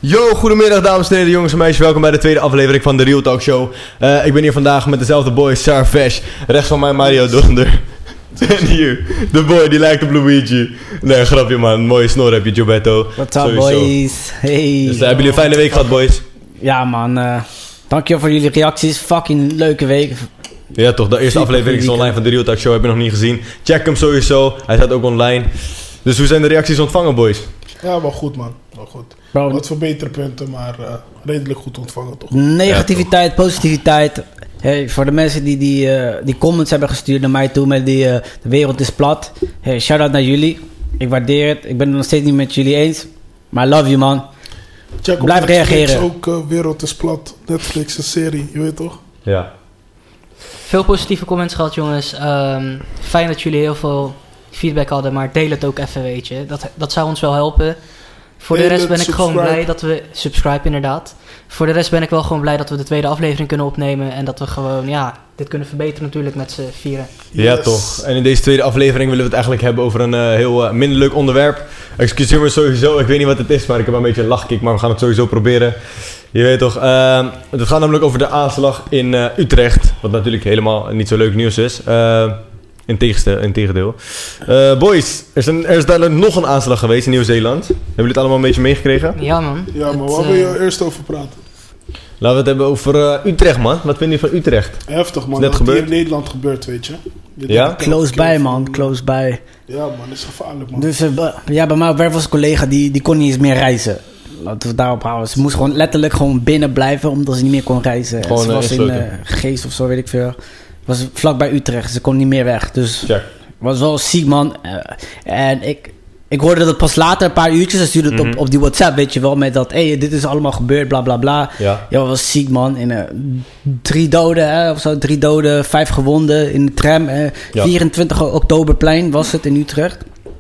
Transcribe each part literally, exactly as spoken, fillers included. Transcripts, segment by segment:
Yo, goedemiddag dames en heren, jongens en meisjes. Welkom bij de tweede aflevering van de Real Talk Show. Uh, ik ben hier vandaag met dezelfde boys, Sarvesh. Rechts van mij Mario Donder. En hier, de boy die lijkt op Luigi. Nee, grapje man, een mooie snor heb je, Gilberto. What's up boys? Hey. Dus uh, hebben jullie een fijne week gehad, boys? Ja man, uh, dankjewel voor jullie reacties. Fucking leuke week. Ja toch, de eerste Super aflevering is online van de Real Talk Show. Heb je nog niet gezien? Check hem sowieso, hij staat ook online. Dus hoe zijn de reacties ontvangen, boys? Ja, wel goed man, wel goed. Bro, wat verbeterpunten, maar uh, redelijk goed ontvangen toch? Negativiteit, ja, toch. Positiviteit. Hey, voor de mensen die die, uh, die comments hebben gestuurd naar mij toe met die uh, de wereld is plat. Hey, shout-out naar jullie. Ik waardeer het. Ik ben het nog steeds niet met jullie eens. Maar I love you man. Check op Blijf Netflix reageren. Ook uh, wereld is plat. Netflix een serie, je weet toch? Ja. Veel positieve comments gehad jongens. Um, fijn dat jullie heel veel feedback hadden. Maar deel het ook even, weet je. Dat, dat zou ons wel helpen. Voor de rest ben ik gewoon blij dat we... Subscribe inderdaad. Voor de rest ben ik wel gewoon blij dat we de tweede aflevering kunnen opnemen. En dat we gewoon, ja, dit kunnen verbeteren natuurlijk met z'n vieren. Ja, Yes. toch. En in deze tweede aflevering willen we het eigenlijk hebben over een uh, heel uh, minder leuk onderwerp. Excuseer me sowieso, ik weet niet wat het is, maar ik heb een beetje een lachkick. Maar we gaan het sowieso proberen. Je weet toch. Uh, het gaat namelijk over de aanslag in uh, Utrecht. Wat natuurlijk helemaal niet zo leuk nieuws is. Uh, Integendeel. Uh, boys, er is, een, er is duidelijk nog een aanslag geweest in Nieuw-Zeeland. Hebben jullie het allemaal een beetje meegekregen? Ja man. Ja, maar het, waar wil je uh, eerst over praten? Laten we het hebben over uh, Utrecht, man. Wat vind je van Utrecht? Heftig man, net wat gebeurd? hier in Nederland gebeurt, weet je. Dit Ja? Close by man, close by. Ja man, dat is gevaarlijk man. Dus uh, ja, bij mij op werk was een collega die, die kon niet eens meer reizen. Laten we het daarop houden. Ze moest gewoon letterlijk gewoon binnen blijven omdat ze niet meer kon reizen. Gewoon, ze uh, was in uh, Geest of zo, weet ik veel. Was vlakbij Utrecht, ze kon niet meer weg. Dus Check. was wel ziek man. Uh, en ik, ik hoorde dat pas later, een paar uurtjes. Ze stuurde het Mm-hmm. op, op die WhatsApp, weet je wel. Met dat, hé, hey, dit is allemaal gebeurd, bla bla bla. Ja. Ja, was ziek man. In, uh, drie doden, hè, of zo. Drie doden, vijf gewonden in de tram. Uh, Ja. vierentwintig Oktoberplein was het in Utrecht.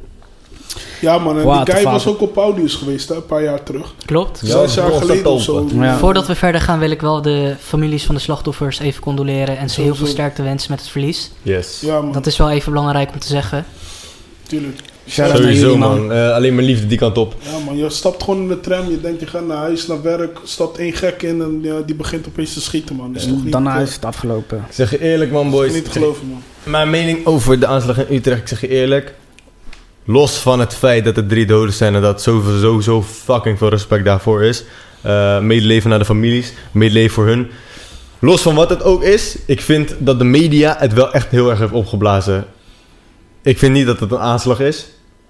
Ja man, en What die the guy fuck. was ook op Pauwnieuws geweest, hè, een paar jaar terug. Klopt. Ja, Zes jaar was geleden dat of zo. open? Ja. Voordat we verder gaan wil ik wel de families van de slachtoffers even condoleren. En ze heel veel Sowieso. sterkte wensen met het verlies. Yes. Ja man, Dat is wel even belangrijk om te zeggen. tuurlijk. Shout-out naar Sowieso, jullie, man. Uh, alleen maar liefde die kant op. Ja man, je stapt gewoon in de tram, je denkt je gaat naar huis, naar werk, stapt één gek in en ja, die begint opeens te schieten man. Dat is toch niet, Daarna uh, is het afgelopen. Ik zeg je eerlijk, man, boys. niet te geloven man. Mijn mening over de aanslag in Utrecht, ik zeg je eerlijk. Los van het feit dat er drie doden zijn en dat sowieso zo fucking veel respect daarvoor is. Uh, medeleven naar de families, medeleven voor hun. Los van wat het ook is, ik vind dat de media het wel echt heel erg heeft opgeblazen. Ik vind niet dat het een aanslag is.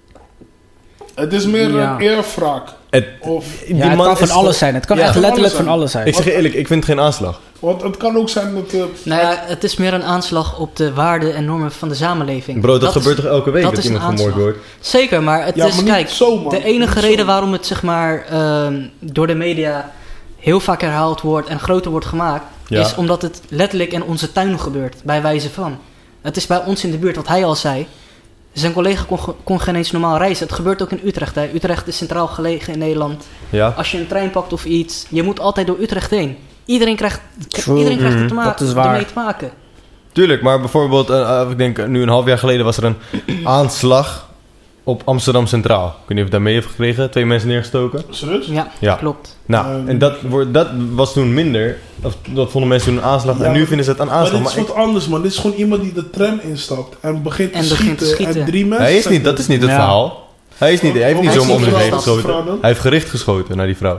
Het is meer Ja. een eerwraak. Het, Of, die Ja, het man kan van is alles gewoon- zijn. Het kan Ja, echt van letterlijk alles van zijn. alles zijn. Ik zeg je eerlijk, ik vind het geen aanslag. want het kan ook zijn dat... Uh, Nou ja, het is meer een aanslag op de waarden en normen van de samenleving. Bro, dat, is- gebeurt toch elke week dat dat, is een iemand vermoord aanslag. wordt? Zeker, maar het Ja, is, maar niet kijk, zo, man. de enige Niet reden zo. waarom het zeg maar ehm, door de media heel vaak herhaald wordt en groter wordt gemaakt, Ja. is omdat het letterlijk in onze tuin gebeurt, bij wijze van. Het is bij ons in de buurt, wat hij al zei. Zijn collega kon, ge- kon geen eens normaal reizen. Het gebeurt ook in Utrecht. Hè. Utrecht is centraal gelegen in Nederland. Ja. Als je een trein pakt of iets, je moet altijd door Utrecht heen. Iedereen krijgt, True. iedereen krijgt het te Mhm. ma- Dat is waar. ermee te maken. Tuurlijk, maar bijvoorbeeld, uh, uh, ik denk uh, nu een half jaar geleden was er een aanslag op Amsterdam Centraal. Ik weet niet of je dat mee heeft gekregen. Twee mensen neergestoken. serieus? Ja, Ja. klopt. Nou, Um, en dat, wordt, dat was toen minder. Of, dat vonden mensen toen een aanslag. Ja, en nu maar- vinden ze het een Maar aanslag. dit is Maar wat ik- anders man. Dit is gewoon iemand die de tram instapt en begint te, En begint schieten, te schieten. En drie mensen hij is zijn niet, dat is niet het Ja. verhaal. Hij, is niet, hij heeft niet Hij zomaar om is zich niet heen vrouw, geschoten. vrouw dan? Hij heeft gericht geschoten naar die vrouw.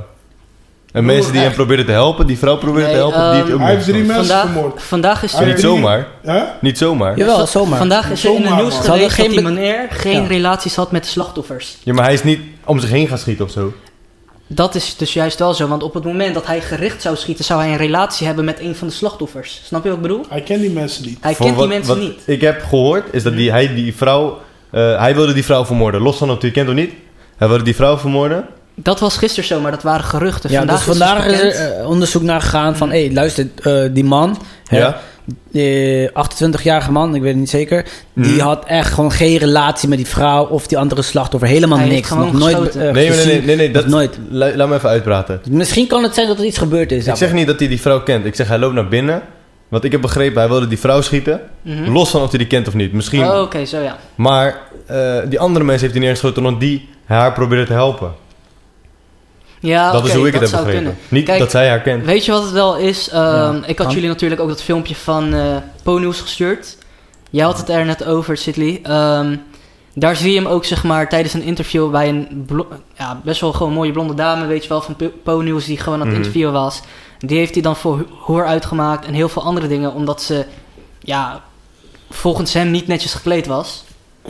En Oh, mensen die hem echt? probeerden te helpen, die vrouw probeerde Nee, te helpen, die heeft hij ook Hij heeft drie neergeschoten. mensen Vandaag, vermoord. vandaag is Hij er Niet drie- zomaar. Hè? Niet zomaar. Jawel, Va- zomaar. Vandaag is er in het Zomaar, nieuws man. Ze hadden geweest dat geen die be- meneer geen Ja. relaties had met de slachtoffers. Ja, maar hij is niet om zich heen gaan schieten of zo. Dat is dus juist wel zo, want op het moment dat hij gericht zou schieten, zou hij een relatie hebben met een van de slachtoffers. Snap je wat ik bedoel? Hij kent die mensen niet. Hij Voor kent die wat- mensen wat niet. ik heb gehoord, is dat die, hij die vrouw... eh, hij wilde die vrouw vermoorden. Los van of hij kent of niet. Hij wilde die vrouw vermoorden. Dat was gisteren zo, maar dat waren geruchten. Ja, vandaag dus vandaag is is het er bekend. uh, onderzoek naar gegaan van... hé, hey, luister, uh, die man... Hè, Ja. die achtentwintigjarige man, ik weet het niet zeker... die Mhm. had echt gewoon geen relatie met die vrouw... of die andere slachtoffer. Helemaal Hij heeft niks. gewoon Nog nooit geschoten. uh, Nee, nee, nee, gezien. nee, nee, Nog dat, nooit. La- laat me even uitpraten. Misschien kan het zijn dat er iets gebeurd is. Ik zeg niet dat hij die vrouw kent. Ik zeg hij loopt naar binnen. Want ik heb begrepen, hij wilde die vrouw schieten. Mhm. Los van of hij die kent of niet. Misschien. Oh, oké, zo ja. Maar eh, die andere mensen heeft hij neergeschoten omdat die haar probeerde te helpen. Ja, dat okay, is hoe ik het heb zou begrepen. kunnen. Niet Kijk, dat zij haar kent. Weet je wat het wel is? Um, Ja, ik had kan. jullie natuurlijk ook dat filmpje van uh, Po-Nieuws gestuurd. Jij had het er net over, Sidley. Um, daar zie je hem ook, zeg maar, tijdens een interview bij een blo- ja, best wel gewoon mooie blonde dame, weet je wel, van Po-Nieuws, die gewoon aan het Mhm. interviewen was. Die heeft hij dan voor hoer uitgemaakt en heel veel andere dingen, omdat ze, ja, volgens hem niet netjes gekleed was.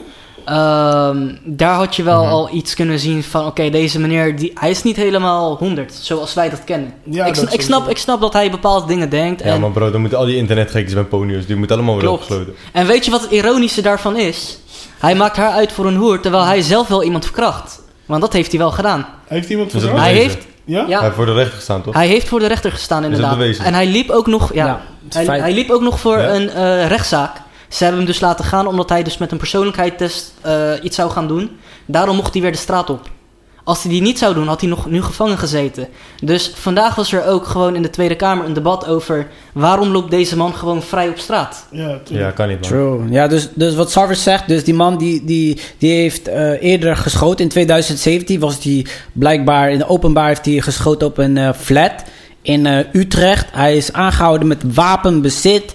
Um, daar had je wel Mhm. al iets kunnen zien van, oké, okay, deze meneer, die, hij is niet helemaal honderd, zoals wij dat kennen. Ja, ik, dat sn- ik, snap, ik snap dat hij bepaalde dingen denkt. Ja, en, maar bro, dan moeten al die internetgekjes bij Po-Nieuws, die moeten allemaal worden Klopt. opgesloten. en weet je wat het ironische daarvan is? Hij maakt haar uit voor een hoer, terwijl hij zelf wel iemand verkracht. Want dat heeft hij wel gedaan. Heeft iemand Is dat vertrouwd? Hij bewezen? heeft, Ja? Hij ja, heeft voor de rechter gestaan, toch? hij heeft voor de rechter gestaan inderdaad. bewezen? En hij liep ook nog, ja, Ja, het is hij, feit. hij liep ook nog voor Ja? een uh, rechtszaak. Ze hebben hem dus laten gaan omdat hij dus met een persoonlijkheidstest uh, iets zou gaan doen. Daarom mocht hij weer de straat op. Als hij die niet zou doen, had hij nog nu gevangen gezeten. Dus vandaag was er ook gewoon in de Tweede Kamer een debat over waarom loopt deze man gewoon vrij op straat. Ja, Ja, tuurlijk. kan niet, man. True. Ja, dus, dus wat Sarvis zegt, dus die man die, die, die heeft uh, eerder geschoten. In twintig zeventien was hij blijkbaar in de openbaar heeft hij geschoten op een uh, flat in uh, Utrecht. Hij is aangehouden met wapenbezit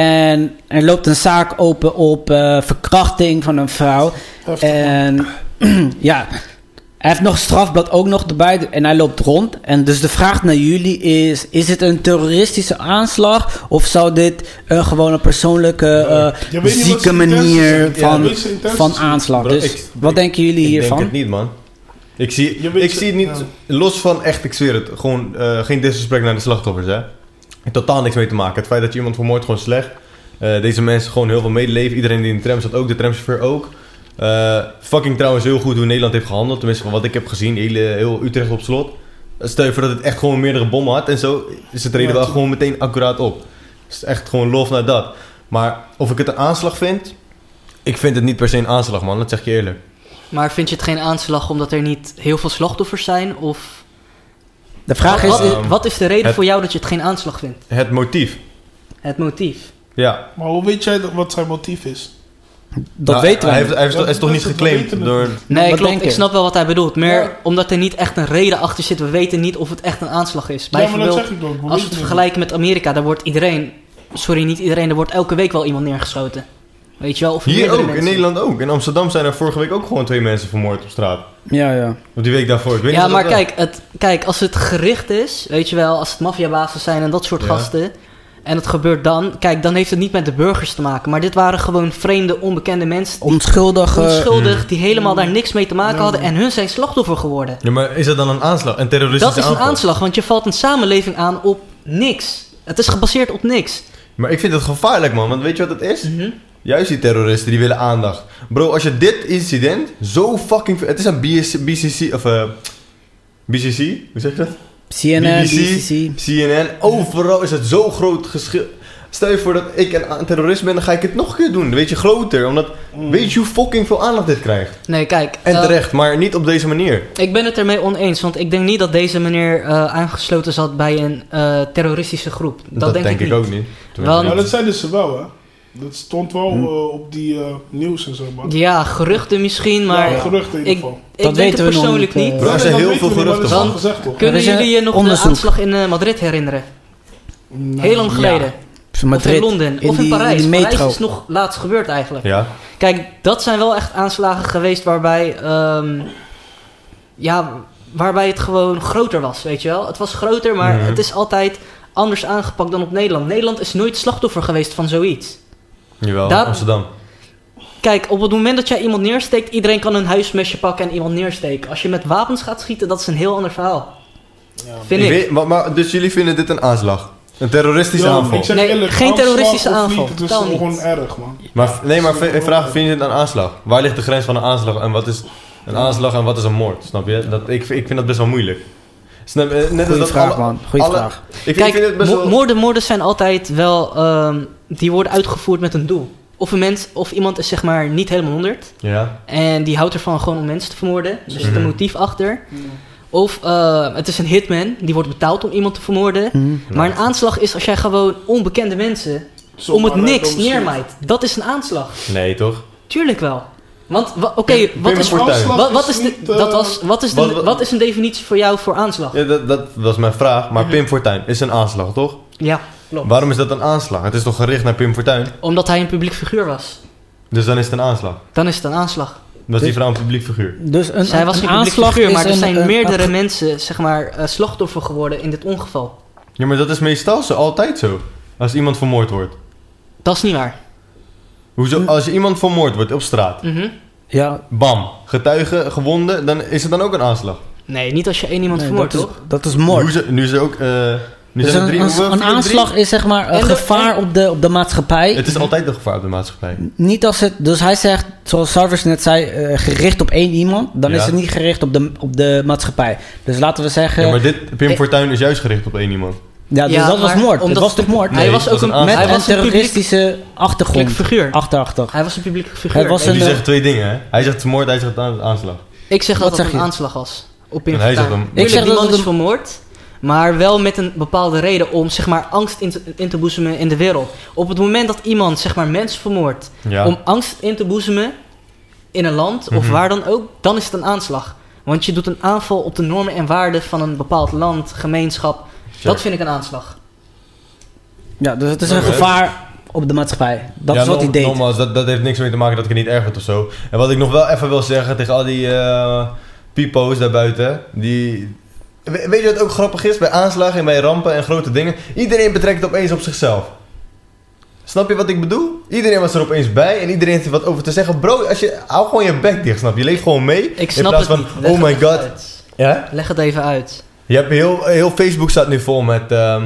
en er loopt een zaak open op uh, verkrachting van een vrouw. Heftig, man. En ja, hij heeft nog een strafblad ook nog erbij en hij loopt rond. En dus de vraag naar jullie is, is het een terroristische aanslag of zou dit uh, gewoon een persoonlijke uh, Je weet niet wat zieke zijn intenties manier zijn. Ja, van, weet je zijn intenties van zijn. aanslag? Bro, Dus ik- wat denken jullie Ik hiervan? denk het niet, man. Ik zie, Je weet ik ze- zie het niet, ja. los van echt, ik zweer het, gewoon uh, geen disrespect naar de slachtoffers, hè. Totaal niks mee te maken. Het feit dat je iemand vermoordt, gewoon slecht. Uh, deze mensen gewoon heel veel medeleven. Iedereen die in de tram zat ook, de tramchauffeur ook. Uh, fucking trouwens heel goed hoe Nederland heeft gehandeld. Tenminste van wat ik heb gezien, hele, heel Utrecht op slot. Stel je voor dat het echt gewoon meerdere bommen had en zo. Is het reden Ja, wel tuurlijk. gewoon meteen accuraat op. Dus echt gewoon lof naar dat. Maar of ik het een aanslag vind... Ik vind het niet per se een aanslag, man. Dat zeg je eerlijk. Maar vind je het geen aanslag omdat er niet heel veel slachtoffers zijn? Of De vraag wat, is, wat, wat is de reden het- voor jou dat je het geen aanslag vindt? Het motief. Het motief. Ja. Maar hoe weet jij dat- wat zijn motief is? dat Nou, weten hij wij heeft, niet. hij heeft, Dat- hij is toch dat- niet dat geclaimd weten we door... niet. Nee, Wat klopt. denk Ik je? snap wel wat hij bedoelt. Meer Ja. omdat er niet echt een reden achter zit. We weten niet of het echt een aanslag is. Ja, maar dat Bijvoorbeeld, zeg ik ook. We als we weten het niet. vergelijken met Amerika, daar wordt iedereen... Sorry, niet iedereen. Er wordt elke week wel iemand neergeschoten. Weet je wel? Of Hier meerdere ook, mensen. in Nederland ook. In Amsterdam zijn er vorige week ook gewoon twee mensen vermoord op straat. Ja, ja. Of die week daarvoor. Ik weet Ja, niet maar wat dat kijk, het, kijk, als het gericht is, weet je wel, als het maffiabazen zijn en dat soort Ja. gasten, en het gebeurt dan, kijk, dan heeft het niet met de burgers te maken. Maar dit waren gewoon vreemde, onbekende mensen, die Onschuldige... onschuldig, die helemaal daar niks mee te maken Ja. hadden en hun zijn slachtoffer geworden. Ja, maar is dat dan een aanslag? Een terroristische Dat is een aanval? aanslag, want je valt een samenleving aan op niks. Het is gebaseerd op niks. Maar ik vind het gevaarlijk, man. Want weet je wat het is? Juist die terroristen, die willen aandacht. Bro, als je dit incident zo fucking... Het is een B C C... Of eh... B C C? Hoe zeg je dat? C N N, B B C, B C C. C N N. Overal is het zo groot geschil. Stel je voor dat ik een, een terrorist ben, dan ga ik het nog een keer doen. Weet je, groter. Omdat, weet je hoe fucking veel aandacht dit krijgt? Nee, kijk. En eh, terecht, maar niet op deze manier. Ik ben het ermee oneens, want ik denk niet dat deze meneer eh, aangesloten zat bij een eh, terroristische groep. Dat, denk, ik, niet. ook niet. Wel- Ja, dat zeiden ze wel, hè. Dat stond wel Hm. uh, op die uh, nieuws en zo, man. Ja, geruchten misschien, maar Ja, geruchten in ieder ik, geval. ik Dat denk weten het we nog persoonlijk niet, niet. eh. Bro, er zijn dat heel weten veel we niet, maar dat is geruchten. wel gezegd, toch? Kunnen Er is een jullie je nog onderzoek. de aanslag in uh, Madrid herinneren? Nee. Heel lang geleden. Ja. Of Madrid, in Londen. in of in die- Parijs. in die metro. Parijs is nog laatst gebeurd eigenlijk. Ja. Kijk, dat zijn wel echt aanslagen geweest waarbij... ehm, ja, waarbij het gewoon groter was, weet je wel. Het was groter, maar Mhm. het is altijd anders aangepakt dan op Nederland. Nederland is nooit slachtoffer geweest van zoiets. Jawel, Daar- Amsterdam. Kijk, op het moment dat jij iemand neersteekt... iedereen kan een huismesje pakken en iemand neersteken. Als je met wapens gaat schieten, dat is een heel ander verhaal. Ja. Vind Ik ik. weet, maar, maar, dus jullie vinden dit een aanslag? Een terroristische Ja, aanval? ik zeg Nee, eerlijk, geen aanslag terroristische of aanval, Niet, het is totaal niet. gewoon erg, man. Maar nee, maar v- ik vraag, vind je het een aanslag? Waar ligt de grens van een aanslag en wat is een aanslag en wat is een moord? Snap je? Dat, ik, ik vind dat best wel moeilijk. Snap, eh, net als Goeie dat vraag, alle- man. Goeie alle- vraag. Ik vind, Kijk, ik vind het best mo- wel... moorden, moorden zijn altijd wel... ehm, die worden uitgevoerd met een doel. Of, een mens, of iemand is zeg maar niet helemaal honderd. Ja. En die houdt ervan gewoon om mensen te vermoorden. Dus er zit een Mhm. motief achter. Of eh, het is een hitman. Die wordt betaald om iemand te vermoorden. Hm. Maar een aanslag is als jij gewoon onbekende mensen... om Zomaar het niks random schiet. neermaait. Dat is een aanslag. Nee, toch? Tuurlijk wel. Want, wa- oké, okay, wat, is, Fortuyn. wat, wat, is de, Niet, uh, dat was, wat, is de, wat- wat- wat is een definitie voor jou voor aanslag? Ja, dat, dat was mijn vraag. Maar Mhm. Pim Fortuyn is een aanslag, toch? Ja, klopt. Waarom is dat een aanslag? Het is toch gericht naar Pim Fortuyn? Omdat hij een publiek figuur was. Dus dan is het een aanslag. Dan is het een aanslag. Was die vrouw een publiek figuur? Dus een, Zij was een geen publiek aanslag figuur, is maar er een- zijn een- meerdere een- mensen, zeg maar, uh, slachtoffer geworden in dit ongeval. Ja, maar dat is meestal zo. Altijd zo. Als iemand vermoord wordt. Dat is niet waar. Hoezo? Als je iemand vermoord wordt op straat. Mhm. Ja, Bam. Getuigen, gewonden. Dan is het dan ook een aanslag. Nee, niet als je één iemand nee, vermoordt, dat, is, toch? dat is moord. Nu, is- nu is er ook... eh nu Dus zijn een, er drie, een, hoeveel- een vier, aanslag drie? is zeg maar een En de- gevaar en- op de, op de maatschappij. Het is altijd een gevaar op de maatschappij. Niet als het, dus hij zegt, zoals Sarvis net zei, eh, gericht op één iemand. Dan Ja. is het niet gericht op de, op de maatschappij. Dus laten we zeggen, Ja, maar dit, Pim eh, Fortuyn is juist gericht op één iemand. ja, dus Ja, dat was maar moord. Dat omdat- was toch moord? Nee, hij was dat ook was een, een Met hij een was een publiek, terroristische achtergrond. figuur. Achterachtig. Hij was een publiek figuur. Hij was En een- die eh, zegt twee dingen, hè? Hij zegt moord, hij zegt aan- aanslag. Ik zeg Wat dat het zeg een je? aanslag was. Op Pim En hij Fortuyn. zegt hem- Tuurlijk, Ik zeg die dat man het is een- vermoord. Maar wel met een bepaalde reden om, zeg maar, angst in te, in te boezemen in de wereld. Op het moment dat iemand, zeg maar, mensen vermoordt Ja. om angst in te boezemen in een land of Mhm. waar dan ook, dan is het een aanslag. Want je doet een aanval op de normen en waarden van een bepaald land, gemeenschap. Sure. Dat vind ik een aanslag. Ja, dus het is Ja, een maar- gevaar op de maatschappij. Dat Ja, is wat hij nog- deed. Nogmaals, dat, dat heeft niks mee te maken dat ik het niet erg vind of zo. En wat ik nog wel even wil zeggen tegen al die eh pipo's daarbuiten, die... We- weet je wat ook grappig is? Bij aanslagen en bij rampen en grote dingen, iedereen betrekt het opeens op zichzelf. Snap je wat ik bedoel? Iedereen was er opeens bij en iedereen heeft er wat over te zeggen. Bro, als je, hou gewoon je bek dicht, snap je? Je leeft gewoon mee. Ik in snap plaats het van, niet. Leg oh het my even god. uit. Ja? Leg het even uit. Je hebt heel, heel Facebook staat nu vol met... ehm,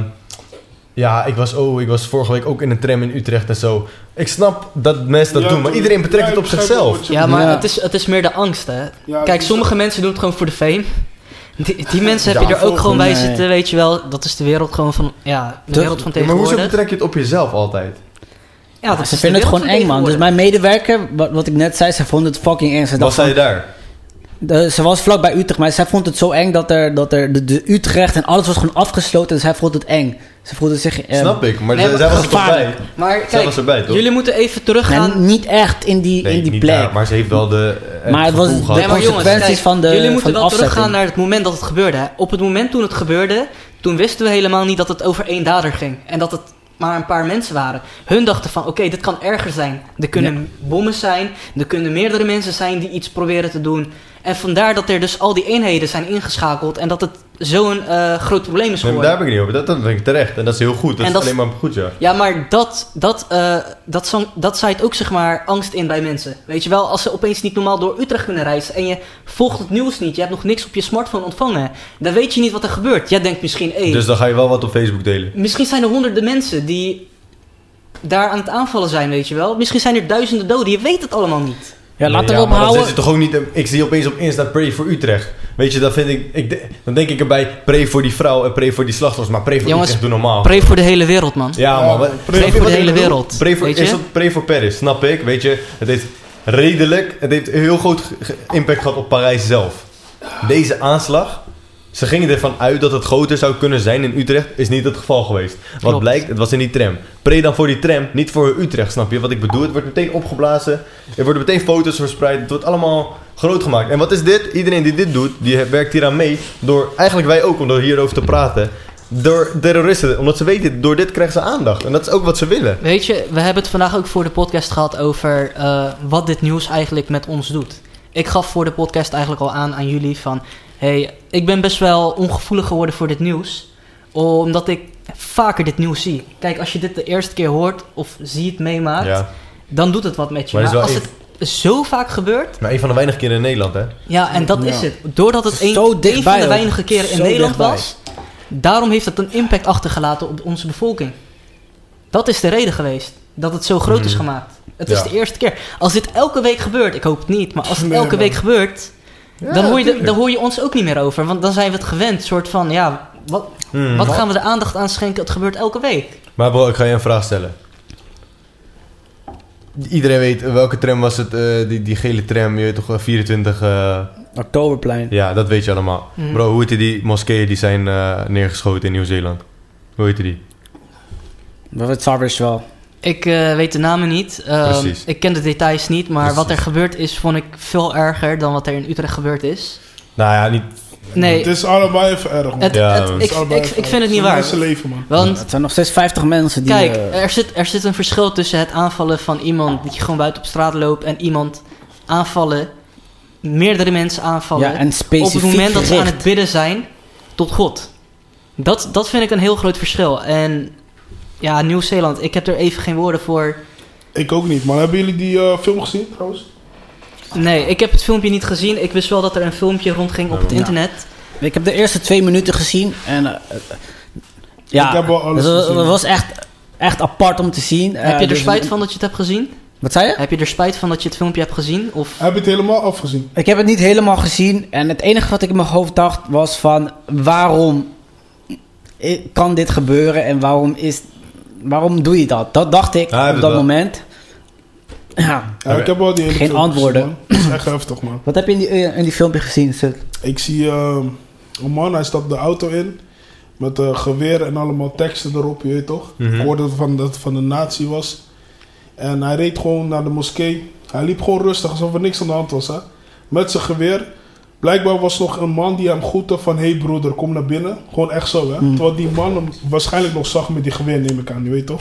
ja, ik was, oh, ik was vorige week ook in een tram in Utrecht en zo. Ik snap dat mensen dat Ja, doen, maar toen- iedereen betrekt ja, het op ik begrijp zichzelf. wat je Ja, maar Ja. Het, is, het is meer de angst, hè. Ja, Kijk, dus sommige dat- mensen doen het gewoon voor de fame. Die, die mensen heb Ja, je er ook volgens gewoon bij mij. zitten, weet je wel. Dat is de wereld gewoon van, ja, de Dat- wereld van Ja, maar hoezo tegenwoordig. betrek je het op jezelf altijd? Ja, dat Ja, is ze de vinden het wereld gewoon van eng, man. Dus tegenwoordig. mijn medewerker, wat, wat ik net zei, ze vond het fucking eng. Ze, Was dacht zij van, daar? de- ze was vlakbij Utrecht, maar zij vond het zo eng dat er, dat er de, de Utrecht en alles was gewoon afgesloten. En zij vond het eng. Ze voelde zich... eh, Snap ik, maar nee, zij- maar zij was er toch bij? gevaarlijk. Maar Zij kijk, was erbij, toch? jullie moeten even teruggaan. en niet echt in die, Nee, in die niet plek. daar, maar ze heeft wel de eh, Maar het was gevoel de gehad. Nee, maar jongens, consequenties kijk, van de- jullie van moeten de wel teruggaan afzetting. naar het moment dat het gebeurde. Hè. Op het moment toen het gebeurde, toen wisten we helemaal niet dat het over één dader ging. En dat het maar een paar mensen waren. Hun dachten van, oké, dit kan erger zijn. Er kunnen bommen zijn, er kunnen meerdere mensen zijn die iets proberen te doen. En vandaar dat er dus al die eenheden zijn ingeschakeld en dat het zo'n eh, groot probleem is Nee, maar geworden. daar ben ik niet over. Dat, dat vind ik terecht. En dat is heel goed. Dat En is dat- alleen maar goed, ja. Ja, maar dat, dat, eh, dat, zo- dat zaait ook zeg maar angst in bij mensen. Weet je wel, als ze opeens niet normaal door Utrecht kunnen reizen en je volgt het nieuws niet, je hebt nog niks op je smartphone ontvangen, dan weet je niet wat er gebeurt. Jij denkt misschien, hé, Dus dan ga je wel wat op Facebook delen. misschien zijn er honderden mensen die daar aan het aanvallen zijn, weet je wel. Misschien zijn er duizenden doden, je weet het allemaal niet. Ja, laten Nee, we ja, maar dan ophouden. zit je toch ook niet... Ik zie opeens op Insta pray voor Utrecht. Weet je, dat vind ik... ik de- dan denk ik erbij, pray voor die vrouw en pray voor die slachtoffers. Maar pray voor Jongens, Utrecht, doe normaal. Pray voor de hele wereld, man. Ja, Ja, man. wat- pray snap je voor wat de ik hele bedoel? wereld, Pray voor, weet je? is dat pray voor Paris, snap ik. Weet je, het heeft redelijk... Het heeft heel groot ge- impact gehad op Parijs zelf. Deze aanslag... Ze gingen ervan uit dat het groter zou kunnen zijn in Utrecht. Is niet het geval geweest. Wat Klopt. blijkt, het was in die tram. Pray dan voor die tram, niet voor Utrecht, snap je wat ik bedoel? Het wordt meteen opgeblazen. Er worden meteen foto's verspreid. Het wordt allemaal groot gemaakt. En wat is dit? Iedereen die dit doet, die werkt hier aan mee. Door, eigenlijk wij ook, om er hierover te praten. Door terroristen. Omdat ze weten, door dit krijgen ze aandacht. En dat is ook wat ze willen. Weet je, we hebben het vandaag ook voor de podcast gehad over eh, wat dit nieuws eigenlijk met ons doet. Ik gaf voor de podcast eigenlijk al aan aan jullie van... Hey, ik ben best wel ongevoelig geworden voor dit nieuws. Omdat ik vaker dit nieuws zie. Kijk, als je dit de eerste keer hoort of ziet, meemaakt... Ja. dan doet het wat met je. Maar Maar, het is als wel het zo vaak gebeurt... Maar een van de weinige keren in Nederland, hè? Ja, en dat Ja. is het. Doordat het een, Zo een dichtbij van de ook. weinige keren in Zo Nederland dichtbij. was... daarom heeft het een impact achtergelaten op onze bevolking. Dat is de reden geweest. Dat het zo groot is Mhm. gemaakt. Het Ja. is de eerste keer. Als dit elke week gebeurt, ik hoop het niet... maar als het Nee, elke man. week gebeurt... Ja, dan, hoor je de- tuurlijk. dan hoor je ons ook niet meer over. Want dan zijn we het gewend. soort van, ja... Wat, Hmm. wat gaan we de aandacht aan schenken? Het gebeurt elke week. Maar bro, ik ga je een vraag stellen. Iedereen weet, welke tram was het? eh, die, die gele tram, je weet toch, eh, vierentwintig... eh, Oktoberplein. ja, dat weet je allemaal. Mhm. Bro, hoe heette die moskeeën die zijn eh, neergeschoten in Nieuw-Zeeland? Hoe heette die? Dat weet Sarvis wel. Ik uh, weet de namen niet. Uh, ik ken de details niet. Maar Precies. wat er gebeurd is, vond ik veel erger dan wat er in Utrecht gebeurd is. Nou ja, niet... Nee. Het is allebei even erg, man. Het, ja, het, ik, ik, ik vind het niet waar. Mensen leven, man. Want, het zijn nog steeds vijftig mensen die... Kijk, uh, er zit, er zit een verschil tussen het aanvallen van iemand die gewoon buiten op straat loopt en iemand aanvallen, meerdere mensen aanvallen, ja, en specifiek op het moment gericht. dat ze aan het bidden zijn tot God. Dat, dat vind ik een heel groot verschil. En ja, Nieuw-Zeeland, ik heb er even geen woorden voor. Ik ook niet, maar hebben jullie die uh, film gezien trouwens? Nee, ik heb het filmpje niet gezien. Ik wist wel dat er een filmpje rondging op het ja. internet. Ik heb de eerste twee minuten gezien. En uh, ja, ik heb wel alles het, gezien. Het was echt, echt apart om te zien. Heb je er uh, dus spijt van dat je het hebt gezien? Wat zei je? Heb je er spijt van dat je het filmpje hebt gezien? Of? Heb je het helemaal afgezien? Ik heb het niet helemaal gezien. En het enige wat ik in mijn hoofd dacht was van... Waarom kan dit gebeuren? En waarom, is, waarom doe je dat? Dat dacht ik ja, op dat, dat moment. Ja, ja, ik heb wel die hele geen antwoorden. Gezien, dat is echt heftig, man. Wat heb je in die, in die filmpje gezien, Suk? Ik zie uh, een man, hij stapt de auto in... met uh, geweer en allemaal teksten erop, je weet toch? Mm-hmm. Ik hoorde van dat het van de nazi was... En hij reed gewoon naar de moskee. Hij liep gewoon rustig, alsof er niks aan de hand was. Hè? Met zijn geweer. Blijkbaar was nog een man die hem groette van... Hé hey broeder, kom naar binnen. Gewoon echt zo, hè. Mm. Terwijl die man hem waarschijnlijk nog zag met die geweer, neem ik aan. Je weet toch?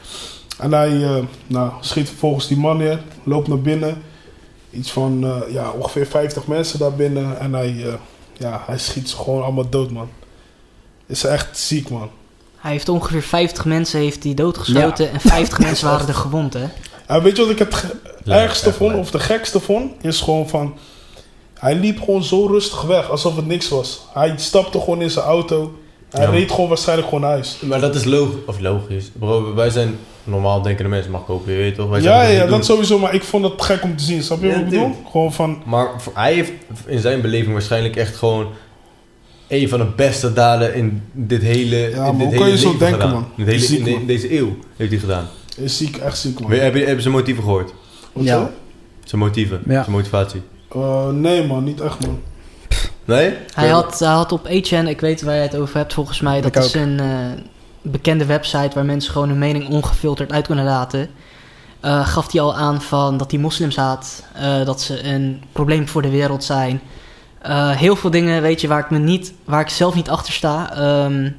En hij uh, nou, schiet vervolgens die man neer. Loopt naar binnen. Iets van uh, ja, ongeveer vijftig mensen daar binnen. En hij, uh, ja, hij schiet ze gewoon allemaal dood, man. Is echt ziek, man. Hij heeft ongeveer vijftig mensen heeft hij doodgeschoten ja. en vijftig mensen waren er gewond, hè? Ja, weet je wat ik het ge- ergste vond, of de gekste vond? Is gewoon van... Hij liep gewoon zo rustig weg, alsof het niks was. Hij stapte gewoon in zijn auto. Hij ja. reed gewoon waarschijnlijk gewoon naar huis. Maar dat is logisch. Of logisch. Bro, wij zijn normaal denkende mensen, mag ik ook, je weet toch? Wij ja, ja, dat sowieso, maar ik vond het gek om te zien. Snap je ja, wat ik bedoel? Gewoon van... Maar voor, hij heeft in zijn beleving waarschijnlijk echt gewoon... een van de beste daden in dit hele ja, in maar dit hoe hele kan je zo denken, gedaan. man? In, hele, ziek, in, de, man. in deze eeuw heeft hij gedaan. Is ziek, echt ziek, man. Heb je, hebben ze motieven gehoord? Wat ja. zo? Zijn motieven, ja. zijn motivatie. Uh, nee, man, niet echt, man. Nee? Hij had, hij had op A N, ik weet waar je het over hebt volgens mij. Dat ik is ook. een uh, bekende website waar mensen gewoon hun mening ongefilterd uit kunnen laten. Uh, gaf hij al aan van dat hij moslims haat. Uh, dat ze een probleem voor de wereld zijn. Uh, heel veel dingen, weet je, waar ik, me niet, waar ik zelf niet achter sta. Um,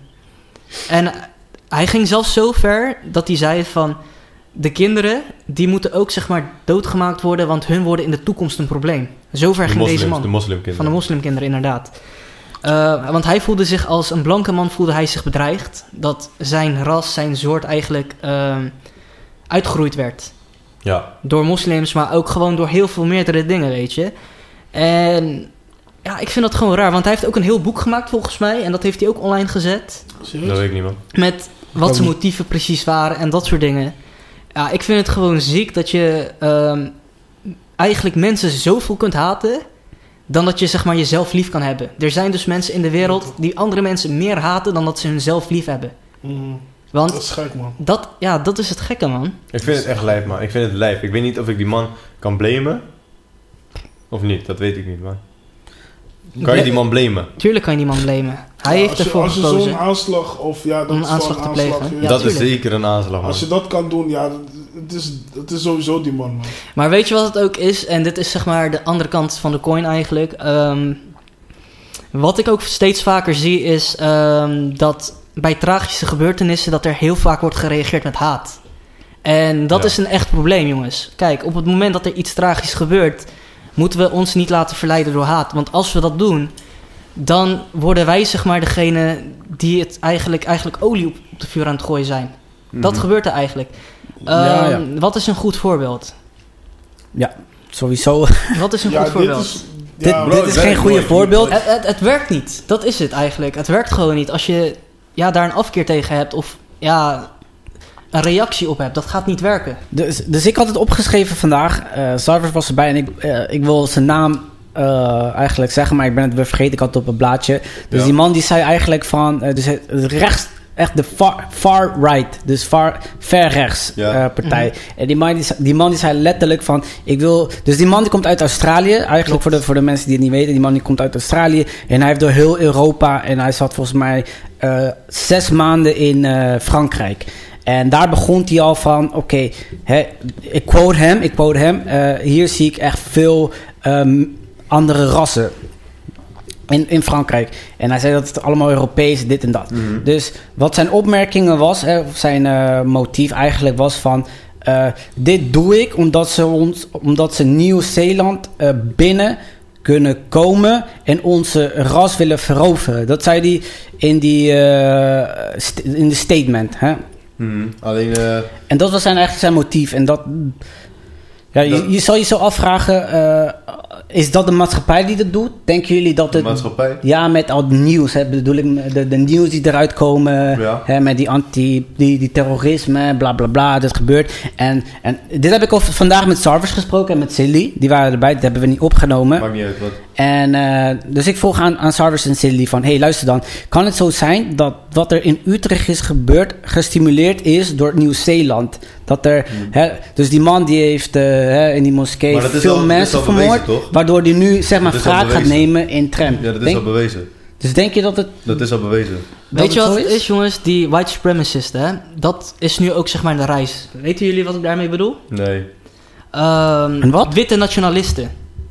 en hij ging zelfs zo ver dat hij zei van... de kinderen, die moeten ook zeg maar doodgemaakt worden... want hun worden in de toekomst een probleem. Zo ver de ging moslims, deze man. De moslimkinderen. Van de moslimkinderen, inderdaad. Uh, want hij voelde zich als een blanke man voelde hij zich bedreigd. Dat zijn ras, zijn soort eigenlijk uh, uitgeroeid werd. Ja. Door moslims, maar ook gewoon door heel veel meerdere dingen, weet je. En... ja, ik vind dat gewoon raar, want hij heeft ook een heel boek gemaakt volgens mij. En dat heeft hij ook online gezet. Serieus? Dat weet ik niet, man. Met wat zijn motieven precies waren en dat soort dingen. Ja, ik vind het gewoon ziek dat je um, eigenlijk mensen zoveel kunt haten... dan dat je zeg maar jezelf lief kan hebben. Er zijn dus mensen in de wereld die andere mensen meer haten... dan dat ze hunzelf lief hebben. Mm, want dat is gek, man. Dat, ja, dat is het gekke, man. Ik vind het echt lijp, man. Ik vind het lijp. Ik weet niet of ik die man kan blamen. Of niet, dat weet ik niet, man. Kan je die man blamen? Tuurlijk kan je die man blamen. Hij ja, heeft ervoor gekozen. gekozen. Als je zo'n aanslag... of ja, dat om een is aanslag te aanslag, plegen. Ja, dat tuurlijk. is zeker een aanslag, man. Als je dat kan doen, ja... het is, het is sowieso die man, man. Maar weet je wat het ook is? En dit is zeg maar de andere kant van de coin eigenlijk. Um, wat ik ook steeds vaker zie is... Um, dat bij tragische gebeurtenissen... dat er heel vaak wordt gereageerd met haat. En dat ja. is een echt probleem, jongens. Kijk, op het moment dat er iets tragisch gebeurt... moeten we ons niet laten verleiden door haat. Want als we dat doen... dan worden wij zeg maar degene die het eigenlijk, eigenlijk olie op, op de vuur aan het gooien zijn. Mm-hmm. Dat gebeurt er eigenlijk. Um, ja, ja. Wat is een goed voorbeeld? Ja, sowieso. Wat is een ja, goed voorbeeld? Dit is, dit, ja, dit is geen goede voorbeeld. Het, het, het werkt niet. Dat is het eigenlijk. Het werkt gewoon niet. Als je ja, daar een afkeer tegen hebt of ja, een reactie op hebt, dat gaat niet werken. Dus, dus ik had het opgeschreven vandaag. Uh, Zarver was erbij en ik, uh, ik wil zijn naam uh, eigenlijk zeggen, maar ik ben het weer vergeten. Ik had het op een blaadje. Dus ja. die man die zei eigenlijk van, uh, dus het, het rechts, echt de far, far right, dus far, ver rechts ja. uh, partij. Mm-hmm. En die man die, die man die zei letterlijk van, ik wil, dus die man die komt uit Australië, eigenlijk voor de, voor de mensen die het niet weten, die man die komt uit Australië en hij heeft door heel Europa en hij zat volgens mij uh, zes maanden in uh, Frankrijk. En daar begon hij al van, oké, okay, ik quote hem, ik quote hem, uh, hier zie ik echt veel um, andere rassen in, in Frankrijk. En hij zei dat het allemaal Europees, dit en dat. Mm-hmm. Dus wat zijn opmerkingen was, hè, zijn uh, motief eigenlijk was van, uh, dit doe ik omdat ze, ons, omdat ze Nieuw-Zeeland uh, binnen kunnen komen en onze ras willen veroveren. Dat zei hij in, die, uh, st- in de statement. Hè? Hmm, alleen, uh, en dat was zijn, eigenlijk zijn motief. En dat, ja, dat... Je, je zal je zo afvragen, uh, is dat de maatschappij die dat doet? Denken jullie dat het... De maatschappij? Ja, met al het nieuws. Hè, bedoel ik, de, de nieuws die eruit komen. Ja. Hè, met die anti... Die, die terrorisme, bla bla bla. Dat gebeurt. En, en dit heb ik over, vandaag met Sarvers gesproken en met Silly. Die waren erbij. Dat hebben we niet opgenomen. Maakt niet uit wat. En uh, dus ik vroeg aan, aan Sarvers en Silly van... Hey, luister dan. Kan het zo zijn dat wat er in Utrecht is gebeurd... gestimuleerd is door Nieuw-Zeeland? Dat er... Hmm. Hè, dus die man die heeft uh, hè, in die moskee veel al, mensen vermoord... Bewezen, waardoor die nu zeg maar wraak gaat nemen in tram. Ja, dat is Denk, al bewezen. Dus denk je dat het... Dat is al bewezen. Weet je wat het is? is, jongens? Die white supremacisten, hè? Dat is nu ook zeg maar de reis. Weten jullie wat ik daarmee bedoel? Nee. Um, en wat? Witte nationalisten.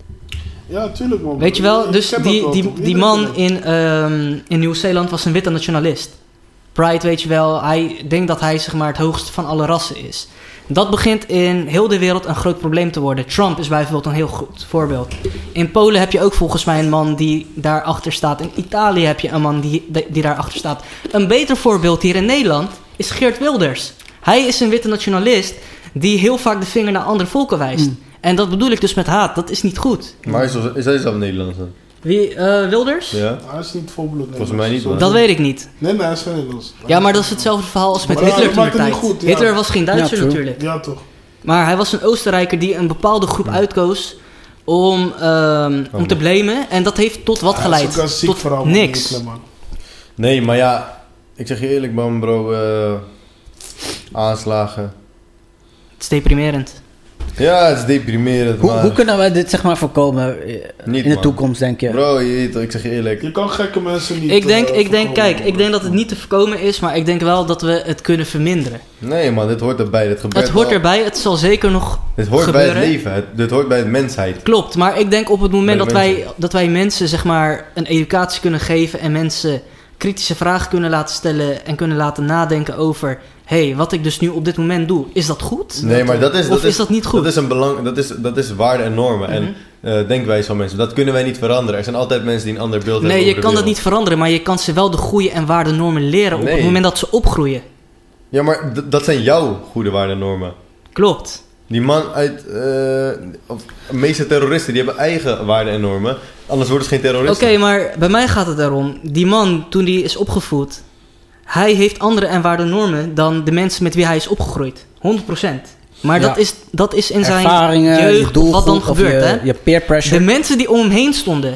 Ja, tuurlijk man. Weet je wel? Dus die, die, die man in, um, in Nieuw-Zeeland was een witte nationalist. Pride, weet je wel. Hij denkt dat hij zeg maar het hoogste van alle rassen is. Dat begint in heel de wereld een groot probleem te worden. Trump is bijvoorbeeld een heel goed voorbeeld. In Polen heb je ook volgens mij een man die daarachter staat. In Italië heb je een man die, die daarachter staat. Een beter voorbeeld hier in Nederland is Geert Wilders. Hij is een witte nationalist die heel vaak de vinger naar andere volken wijst. Mm. En dat bedoel ik dus met haat. Dat is niet goed. Maar is, is hij zelf Nederlands dan? Wie, uh, Wilders? Ja. Hij is niet volbloed Nederlands. Volgens mij niet. Man. Dat weet ik niet. Nee, nee, hij is geen Nederlands. Ja, maar dat is hetzelfde verhaal als met maar Hitler toen de tijd. Goed, ja. Hitler was geen Duitser ja, natuurlijk. Ja, toch. Maar hij was een Oostenrijker die een bepaalde groep ja. uitkoos om, um, om te blamen. En dat heeft tot wat ja, geleid? Tot verhaal, niks. Hitler, nee, maar ja, ik zeg je eerlijk man bro, uh, aanslagen. Het is deprimerend. Ja, het is deprimerend. Hoe, maar... hoe kunnen wij dit zeg maar voorkomen niet, in de man. toekomst, denk je? Bro, je weet, ik zeg je eerlijk. Je kan gekke mensen niet Ik denk, uh, ik denk kijk, ik denk dat het niet te voorkomen is, maar ik denk wel dat we het kunnen verminderen. Nee man, dit hoort erbij. Dit gebeurt het hoort al. erbij, het zal zeker nog Dit hoort gebeuren. bij het leven, het, dit hoort bij de mensheid. Klopt, maar ik denk op het moment dat mensen. wij, dat wij mensen zeg maar een educatie kunnen geven en mensen kritische vragen kunnen laten stellen en kunnen laten nadenken over... hé, hey, wat ik dus nu op dit moment doe, is dat goed? Nee, maar dat is... Dat of is, is dat niet goed? Dat is een belang... Dat is, dat is waarden en normen mm-hmm. en uh, denkwijze van mensen. Dat kunnen wij niet veranderen. Er zijn altijd mensen die een ander beeld nee, hebben Nee, je kan dat niet veranderen, maar je kan ze wel de goede en waarden normen leren op nee. het moment dat ze opgroeien. Ja, maar d- dat zijn jouw goede waarden en normen. Klopt. Die man uit... Uh, de meeste terroristen, die hebben eigen waarden en normen. Anders worden ze geen terroristen. Oké, okay, maar bij mij gaat het erom. Die man, toen die is opgevoed... Hij heeft andere en waarden normen dan de mensen met wie hij is opgegroeid. honderd procent. Maar ja. dat, is, dat is in zijn jeugd je wat dan gebeurt. Je, hè? je peer pressure. De mensen die om hem heen stonden,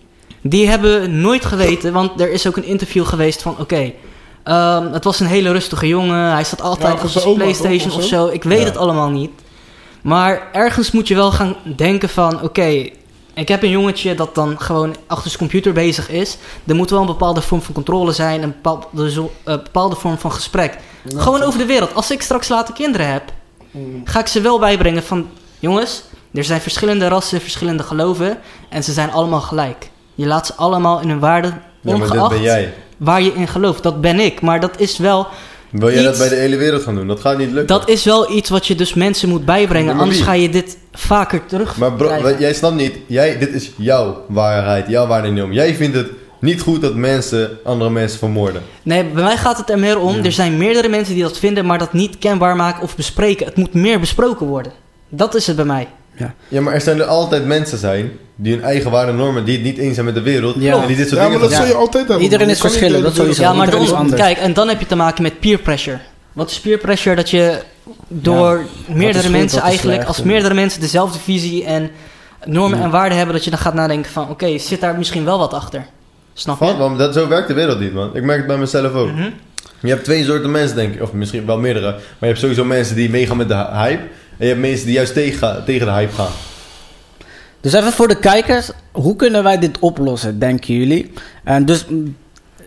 die hebben nooit geweten... Want er is ook een interview geweest van... Oké, okay, um, het was een hele rustige jongen. Hij zat altijd ja, op zijn PlayStation of zo. Ik weet ja. het allemaal niet. Maar ergens moet je wel gaan denken van... Oké... Okay, ik heb een jongetje dat dan gewoon achter zijn computer bezig is. Er moet wel een bepaalde vorm van controle zijn. Een bepaalde, uh, bepaalde vorm van gesprek. Ja, gewoon toch. Over de wereld. Als ik straks later kinderen heb... Mm. ga ik ze wel bijbrengen van... jongens, er zijn verschillende rassen, verschillende geloven... en ze zijn allemaal gelijk. Je laat ze allemaal in hun waarde ongeacht... Ja, maar dit ben jij. Waar je in gelooft. Dat ben ik. Maar dat is wel... Wil jij iets, dat bij de hele wereld gaan doen? Dat gaat niet lukken. Dat is wel iets wat je dus mensen moet bijbrengen. Anders wie? Ga je dit vaker terug. Maar bro, jij snapt niet. Jij, dit is jouw waarheid, jouw waardenorm. Jij vindt het niet goed dat mensen andere mensen vermoorden. Nee, bij mij gaat het er meer om. Ja. Er zijn meerdere mensen die dat vinden, maar dat niet kenbaar maken of bespreken. Het moet meer besproken worden. Dat is het bij mij. Ja. ja, maar er zijn er altijd mensen zijn die hun eigen waarden normen, die het niet eens zijn met de wereld. Ja, en die dit soort ja dingen maar dat zul je altijd hebben. Iedereen is verschillend, dat sowieso. Ja, maar dan, kijk, en dan heb je te maken met peer pressure. Wat is peer pressure? Dat je door ja, meerdere goed, mensen eigenlijk, als meerdere mensen dezelfde visie en normen ja. en waarden hebben, dat je dan gaat nadenken van, oké, okay, zit daar misschien wel wat achter? Snap je? Want dat, zo werkt de wereld niet, man. Ik merk het bij mezelf ook. Mm-hmm. Je hebt twee soorten mensen, denk ik, of misschien wel meerdere, maar je hebt sowieso mensen die meegaan met de hype en je hebt mensen die juist tegen, tegen de hype gaan. Dus even voor de kijkers, hoe kunnen wij dit oplossen, denken jullie? En dus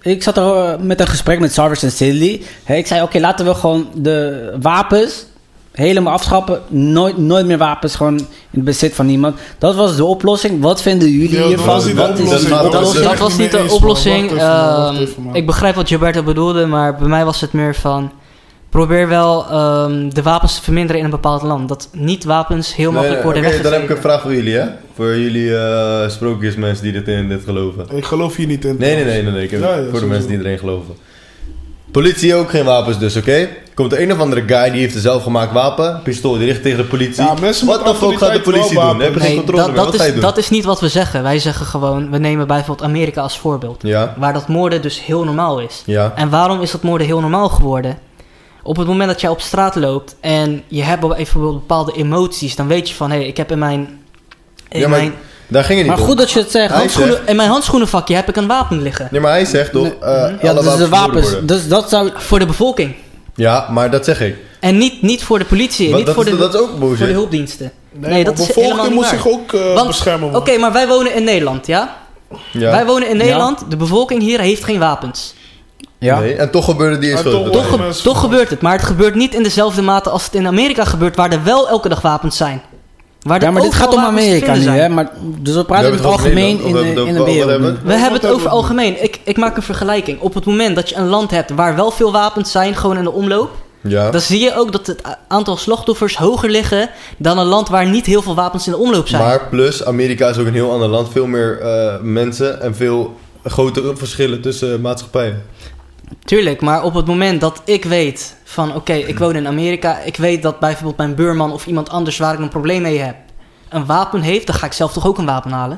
ik zat er uh, met een gesprek met Sarvis en Sidley. Hey, ik zei, oké, okay, laten we gewoon de wapens helemaal afschappen. Nooit, nooit meer wapens gewoon in het bezit van niemand. Dat was de oplossing. Wat vinden jullie Ja, hiervan? Dat was niet de Wat is oplossing. de Dat was- oplossing? Dat was niet de Wacht even, oplossing. wacht even, wacht Ehm, even, man. ik begrijp wat Gilberto bedoelde, maar bij mij was het meer van... Probeer wel ehm, de wapens te verminderen in een bepaald land. Dat niet wapens heel makkelijk Nee, worden oké, weggegeven. dan heb ik een vraag voor jullie, hè? Voor jullie eh sprookjesmensen die dit in dit geloven. Ik geloof hier niet in. Nee, nee, nee, nee, nee. Ik heb Ja, ja, voor de sowieso. mensen die erin geloven. Politie ook geen wapens dus, oké? Komt er een of andere guy die heeft een zelfgemaakt wapen, pistool, die richt tegen de politie. Ja, mensen Wat moeten de fuck gaat de autoriteit politie wel doen? Dan heb je geen Nee, controle dat, meer. dat, Wat ga je is, doen? dat is niet wat we zeggen. Wij zeggen gewoon, we nemen bijvoorbeeld Amerika als voorbeeld. Ja, Waar dat moorden dus heel normaal is. ja. En waarom is dat moorden heel normaal geworden? Op het moment dat jij op straat loopt en je hebt bijvoorbeeld bepaalde emoties, dan weet je van, hé, hey, ik heb in mijn... In, Ja, maar mijn daar ging het niet Maar om. goed dat je het zegt. Hij handschoenen, zegt- in mijn handschoenenvakje heb ik een wapen liggen. Nee, maar hij zegt toch, eh Ja, alle dus de wapens verboden wapens. worden. Dus dat zou... Voor de bevolking. Ja, maar dat zeg ik. En niet, niet voor de politie, Wat- niet dat, voor is, de, dat is ook voor bullshit. de hulpdiensten. Nee, Nee, dat maar is bevolking helemaal niet moet waar. zich ook uh, Want- beschermen. Oké, man. maar wij wonen in Nederland, ja? Ja. Wij wonen in Ja. Nederland, de bevolking hier heeft geen wapens. Ja. Nee, en toch gebeurde die in Maar schuld. toch- Toch, ge- mensen- toch gebeurt het, maar het gebeurt niet in dezelfde mate als het in Amerika gebeurt, waar er wel elke dag wapens zijn. Waar er Ja, maar dit overal gaat om wapens te Amerika nu, vinden hè? zijn. Maar, dus we praten We in hebben het het over algemeen in, Nederland, de, of in we de hebben het wereld. over- nu. We hebben Wat het over hebben we- algemeen. Ik, ik maak een vergelijking. Op het moment dat je een land hebt waar wel veel wapens zijn, gewoon in de omloop, Ja. dan zie je ook dat het a- aantal slachtoffers hoger liggen dan een land waar niet heel veel wapens in de omloop zijn. Maar plus, Amerika is ook een heel ander land. Veel meer eh, mensen en veel grotere verschillen tussen maatschappijen. Tuurlijk, maar op het moment dat ik weet van oké, ik woon in Amerika, ik weet dat bijvoorbeeld mijn buurman of iemand anders waar ik een probleem mee heb, een wapen heeft, dan ga ik zelf toch ook een wapen halen?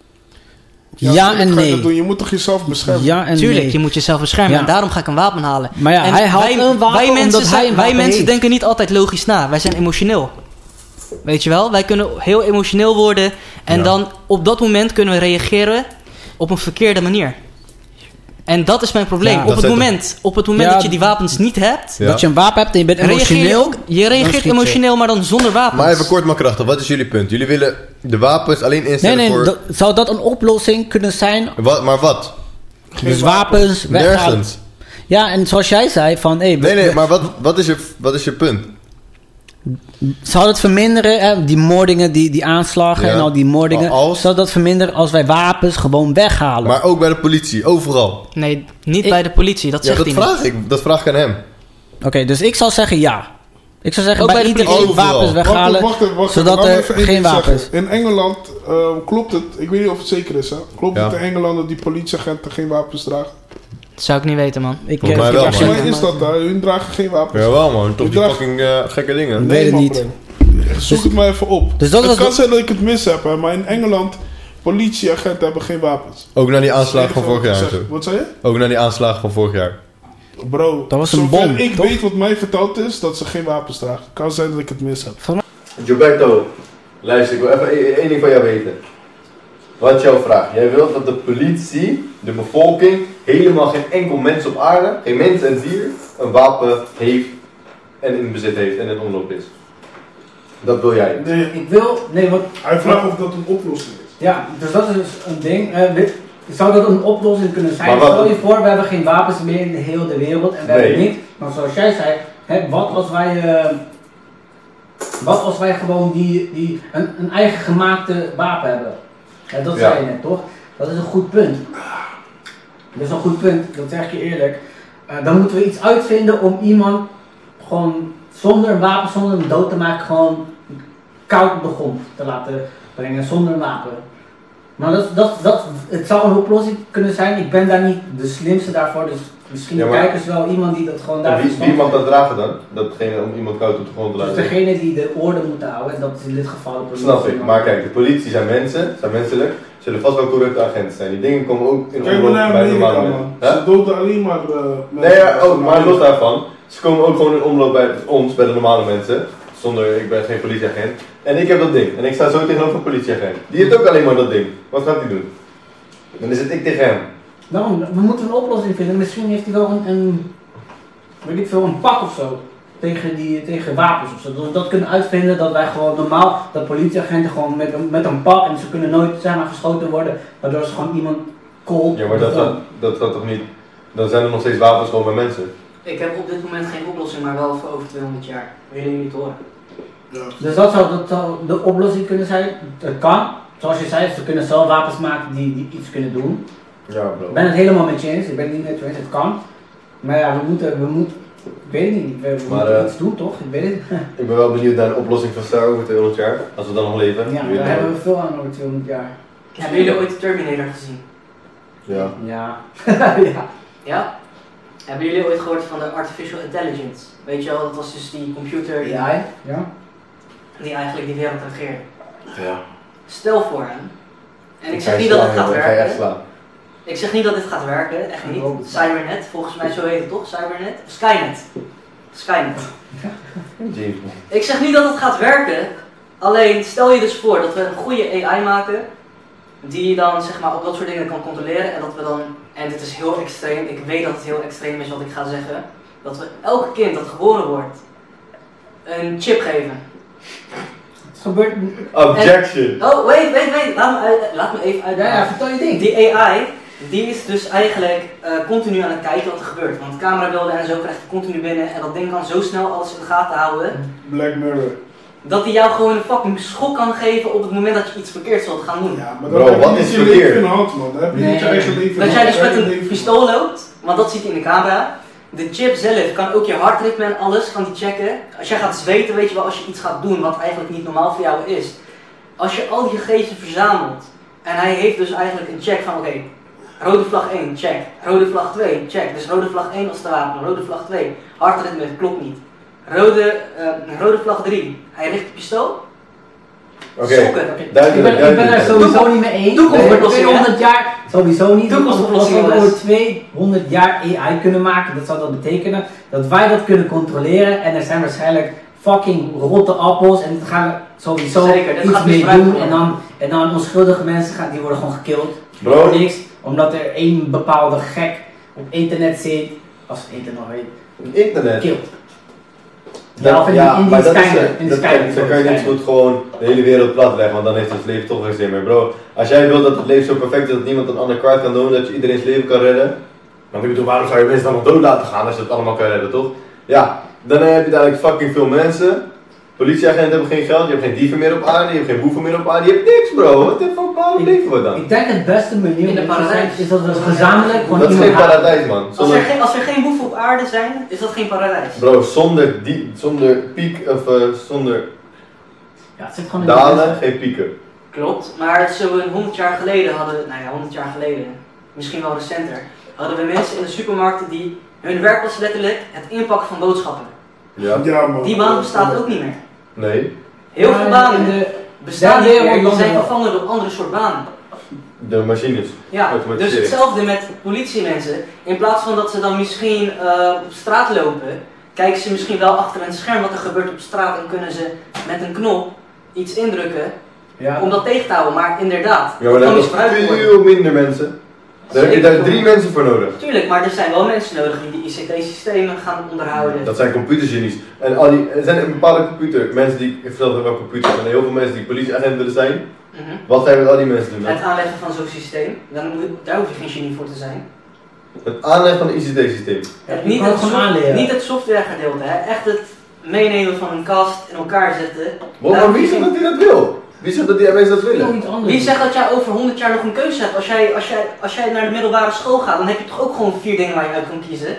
Ja, tuurlijk en ga je dat doen. nee. Je moet toch jezelf beschermen? Ja en Tuurlijk, nee. je moet jezelf beschermen Ja. en daarom ga ik een wapen halen. Maar ja, En hij haalt wij, een wapen wij mensen, omdat hij zijn- een wij wapen mensen heeft. denken niet altijd logisch na. Wij zijn emotioneel. Weet je wel? Wij kunnen heel emotioneel worden. En Ja. dan op dat moment kunnen we reageren op een verkeerde manier. En dat is mijn probleem. Ja. op, Dat het zijn moment, op het moment Ja. dat je die wapens niet hebt, Ja. Dat je een wapen hebt en je bent reageer je emotioneel. ook. Je dan reageert schiet je. emotioneel, maar dan zonder wapens. Maar even kort maar krachtig, wat is jullie punt? Jullie willen de wapens alleen Nee, instellen nee, voor... dat, zou dat een oplossing kunnen zijn? Wat, maar wat? Dus wapens weghalen. Nergens. Ja, en zoals jij zei, van... Hey, we- Nee, nee, we- maar wat, wat, is, je, wat is je punt? Zou dat verminderen, hè, die moordingen, die, die aanslagen Ja. en al die moordingen... Maar als- Zou dat verminderen als wij wapens gewoon weghalen? Maar ook bij de politie, overal. Nee, niet Ik- bij de politie. Dat Ja, zegt dat hij niet. vraag ik. Dat vraag ik aan hem. Oké, dus ik zou zeggen ja. Ik zou zeggen Ook bij, bij de iedereen politie. wapens Overal. weghalen, Wacht even, wacht even. zodat Laat me er even één geen ding wapens... zeggen. In Engeland eh, klopt het, ik weet niet of het zeker is, hè? Klopt Ja. het in Engeland dat die politieagenten geen wapens dragen? Dat zou ik niet weten, man. Ik, Volgens eh, mij ik wel, heb man. geen- Volgens mij is dat daar, hun dragen geen wapens. Jawel man, toch Ik die dacht- fucking eh, gekke dingen. weet het man, niet. bro. Zoek het maar even op. Dus dat het was kan de- zijn dat ik het mis heb, hè, maar in Engeland, politieagenten hebben geen wapens. Ook naar die Dat is aanslagen het van enige vorig jaar wat en ik zo. zeg. Wat zei je? Ook naar die aanslagen van vorig jaar. Bro, Dat was een zover bom, ik toch? weet wat mij verteld is, dat ze geen wapens dragen. Kan zijn dat ik het mis heb. Gilberto, luister, ik wil even één- één ding van jou weten. Wat is jouw vraag? Jij wilt dat de politie, de bevolking, helemaal geen enkel mens op aarde, geen mens en dier, een wapen heeft en in bezit heeft en in omloop is. Dat wil jij. Nee, Ik wil... Nee, wat... hij vraagt of dat een oplossing is. Ja, dus dat is dus een ding. Eh, we- zou dat een oplossing kunnen zijn? Maar wat- Stel je voor, we hebben geen wapens meer in de hele de wereld en we Nee. hebben niet. Maar zoals jij zei, hè, wat als wij, eh, wat als wij gewoon die, die, een, een eigen gemaakte wapen hebben? Hè, dat Ja. zei je net, toch? Dat is een goed punt. Dat is een goed punt, dat zeg je eerlijk. Eh, dan moeten we iets uitvinden om iemand gewoon zonder een wapen, zonder hem dood te maken, gewoon koud op de grond te laten brengen, zonder een wapen. Maar dat, dat, dat, het zou een oplossing kunnen zijn. Ik ben daar niet de slimste daarvoor, dus misschien Ja, maar- kijken ze wel iemand die dat gewoon daar En wie, verstand wie mag van dat dragen dan? Datgene om iemand koud op de grond te heeft. laten Dus liggen. degene die de orde moeten houden, en dat is in dit geval de politie. Snap ik, maar kijk, de politie zijn mensen, zijn menselijk, zullen vast wel corrupte agenten zijn. Die dingen komen ook in Kijk maar omloop naar bij Amerika, normale man. mensen. Hè? Ze doden alleen maar uh, Nee, ja, ook, maar los daarvan, ze komen ook gewoon in omloop bij ons, bij de normale mensen. Zonder, ik ben geen politieagent. En ik heb dat ding. En ik sta zo tegenover een politieagent. Die heeft ook alleen maar dat ding. Wat gaat hij doen? Dan is het ik tegen hem. Daarom, we moeten een oplossing vinden. Misschien heeft hij wel een, een weet ik veel, een pak of zo. Tegen, die, tegen wapens of zo. Dat we dat kunnen uitvinden dat wij gewoon normaal, dat politieagenten gewoon met, een- met een pak en ze kunnen nooit zeg maar, geschoten worden. Waardoor ze gewoon iemand cold. Ja, maar dat gaat, dat gaat toch niet... dan zijn er nog steeds wapens gewoon bij mensen. Ik heb op dit moment geen oplossing, maar wel voor over tweehonderd jaar. Willen jullie niet horen? Ja. Dus dat zou, dat zou de oplossing kunnen zijn. Het kan, zoals je zei, ze kunnen zelf wapens maken die, die iets kunnen doen. Ja, bro. Ik ben het helemaal met je eens, ik ben het niet met je eens, het kan. Maar ja, we moeten, we moeten, ik weet het niet, we, we Maar, moeten uh, iets doen toch? Ik weet het niet. Ik ben wel benieuwd naar een oplossing van Star over tweehonderd jaar, als we dan nog leven. Ja, Wie daar weet. hebben we veel aan over tweehonderd jaar. Hebben jullie ooit de Terminator gezien? Ja. Ja. ja. Ja? Hebben jullie ooit gehoord van de Artificial Intelligence? Weet je wel, dat was dus die computer die, A I? Ja. die eigenlijk die wereld regeerde. Ja. Stel voor hem. En ik ga zeg je niet dat het slaan, gaat joh. Ik ga je echt werken. slaan. Ik zeg niet dat dit gaat werken, echt Ik niet. hoop het. Cybernet, volgens mij zo heet het toch? Cybernet? Skynet. Skynet. James Bond. Ik zeg niet dat het gaat werken, alleen stel je dus voor dat we een goede A I maken die dan zeg maar op dat soort dingen kan controleren en dat we dan, en dit is heel extreem, ik weet dat het heel extreem is wat ik ga zeggen, dat we elk kind dat geboren wordt een chip geven. Het gebeurt. Objection! Oh, wait, wait, wait, laat me, uit- laat me even Ja, uitleggen. ja, vertel je ding. Die A I, die is dus eigenlijk uh, continu aan het kijken wat er gebeurt. Want camerabeelden en zo krijgt hij continu binnen en dat ding kan zo snel alles in de gaten houden. Black Mirror. Dat hij jou gewoon een fucking schok kan geven op het moment dat je iets verkeerd zult gaan doen. Ja, maar Bro, dan heb je wat niet is je verkeerd? leven in de hand, man. Dan heb je Nee. niet je eigen leven in Dat de jij hand. dus met Dan heb je een leven in de pistool loopt, want dat ziet hij in de camera. De chip zelf kan ook je hartritme en alles kan die checken. Als jij gaat zweten, weet je wel, als je iets gaat doen wat eigenlijk niet normaal voor jou is. Als je al die gegevens verzamelt en hij heeft dus eigenlijk een check van oké, rode vlag één, check. Rode vlag twee, check. Dus rode vlag één was de wapen, rode vlag twee. Hartritme, klopt niet. Rode, uh, rode vlag drie, hij richt de pistool. Oké, Sokken. Ik duidelijk, ben, ik ben er duidelijk. sowieso niet mee eens. Toekomstoplossing, hè? tweehonderd jaar, sowieso niet. Toekomstoplossing, Als we jongens. over tweehonderd jaar A I kunnen maken, dat zou dat betekenen dat wij dat kunnen controleren en er zijn waarschijnlijk fucking rotte appels en daar gaan we sowieso Zeker, dit iets gaat mee misbruikt doen worden. en dan, en dan onschuldige mensen gaan, die worden gewoon gekild. Bro. Voor niks, omdat er één bepaalde gek op internet zit, als het internet nog weet, Internet. kilt. Dat- Ja, of in, ja, in die maar dat is, Skynet, het. in de dat kan, Skynet, dan kan je sorry, niet zo goed gewoon de hele wereld plat leggen, want dan heeft het leven toch geen zin meer. Bro, als jij wilt dat het leven zo perfect is dat niemand een ander kwaad kan doen, dat je iedereen's leven kan redden, want ik bedoel, waarom zou je mensen dan nog dood laten gaan als je het allemaal kan redden, toch? Ja, dan heb je dadelijk fucking veel mensen. Politieagenten hebben geen geld, je hebt geen dieven meer op aarde, je hebt geen boeven meer op aarde, je hebt niks, bro. Wat de fuck, waarom Ik- leven we dan? Ik denk het beste manier In de om te paradijs. zijn is dat we gezamenlijk gewoon Dat is iemand geen haten. paradijs, man. Als Zonder, er, geen, als er geen boeven op aarde zijn, is dat geen paradijs. bro, zonder, die, zonder piek, of uh, zonder Ja, het zit gewoon in de dalen, mensen. geen pieken. Klopt, maar zo'n honderd jaar geleden hadden, nou ja, honderd jaar geleden, misschien wel recenter, hadden we mensen in de supermarkten die, hun werk was letterlijk het inpakken van boodschappen. Ja? Ja, man. Die baan bestaat ook niet meer. Nee. Heel Ja, veel in banen de- bestaan derde niet meer, die wereld zijn dan- vervangen door andere soort banen. De machines. Ja, dus Automatisering. hetzelfde met politiemensen. In plaats van dat ze dan misschien eh, op straat lopen, kijken ze misschien wel achter een scherm wat er gebeurt op straat en kunnen ze met een knop iets indrukken Ja, om dat tegen te houden. Maar inderdaad, Ja, maar dat daar kan heb je misbruikt worden. veel minder mensen. Daar heb je daar drie mensen voor nodig. Tuurlijk, maar er zijn wel mensen nodig die die I C T-systemen gaan onderhouden. Dat zijn computergenies. En al die, er zijn een bepaalde computer, mensen die, ik vertel wel computers, en heel veel mensen die politieagent willen zijn. Mhm. Wat ga je met al die mensen doen dan? Het aanleggen van zo'n systeem, dan moet, daar hoef je geen genie voor te zijn. Het aanleggen van een I C T-systeem. Het Niet niet het, gewoon soft- aanleren. niet het softwaregedeelte, hè. Echt het meenemen van een kast in elkaar zetten. Wow, Daar maar hoef wie je zegt geen- dat hij dat wil? Wie zegt dat die mensen dat Veel willen? iets anders. Wie zegt dat jij over honderd jaar nog een keuze hebt? Als jij, als, jij, als jij naar de middelbare school gaat, dan heb je toch ook gewoon vier dingen waar je uit kan kiezen?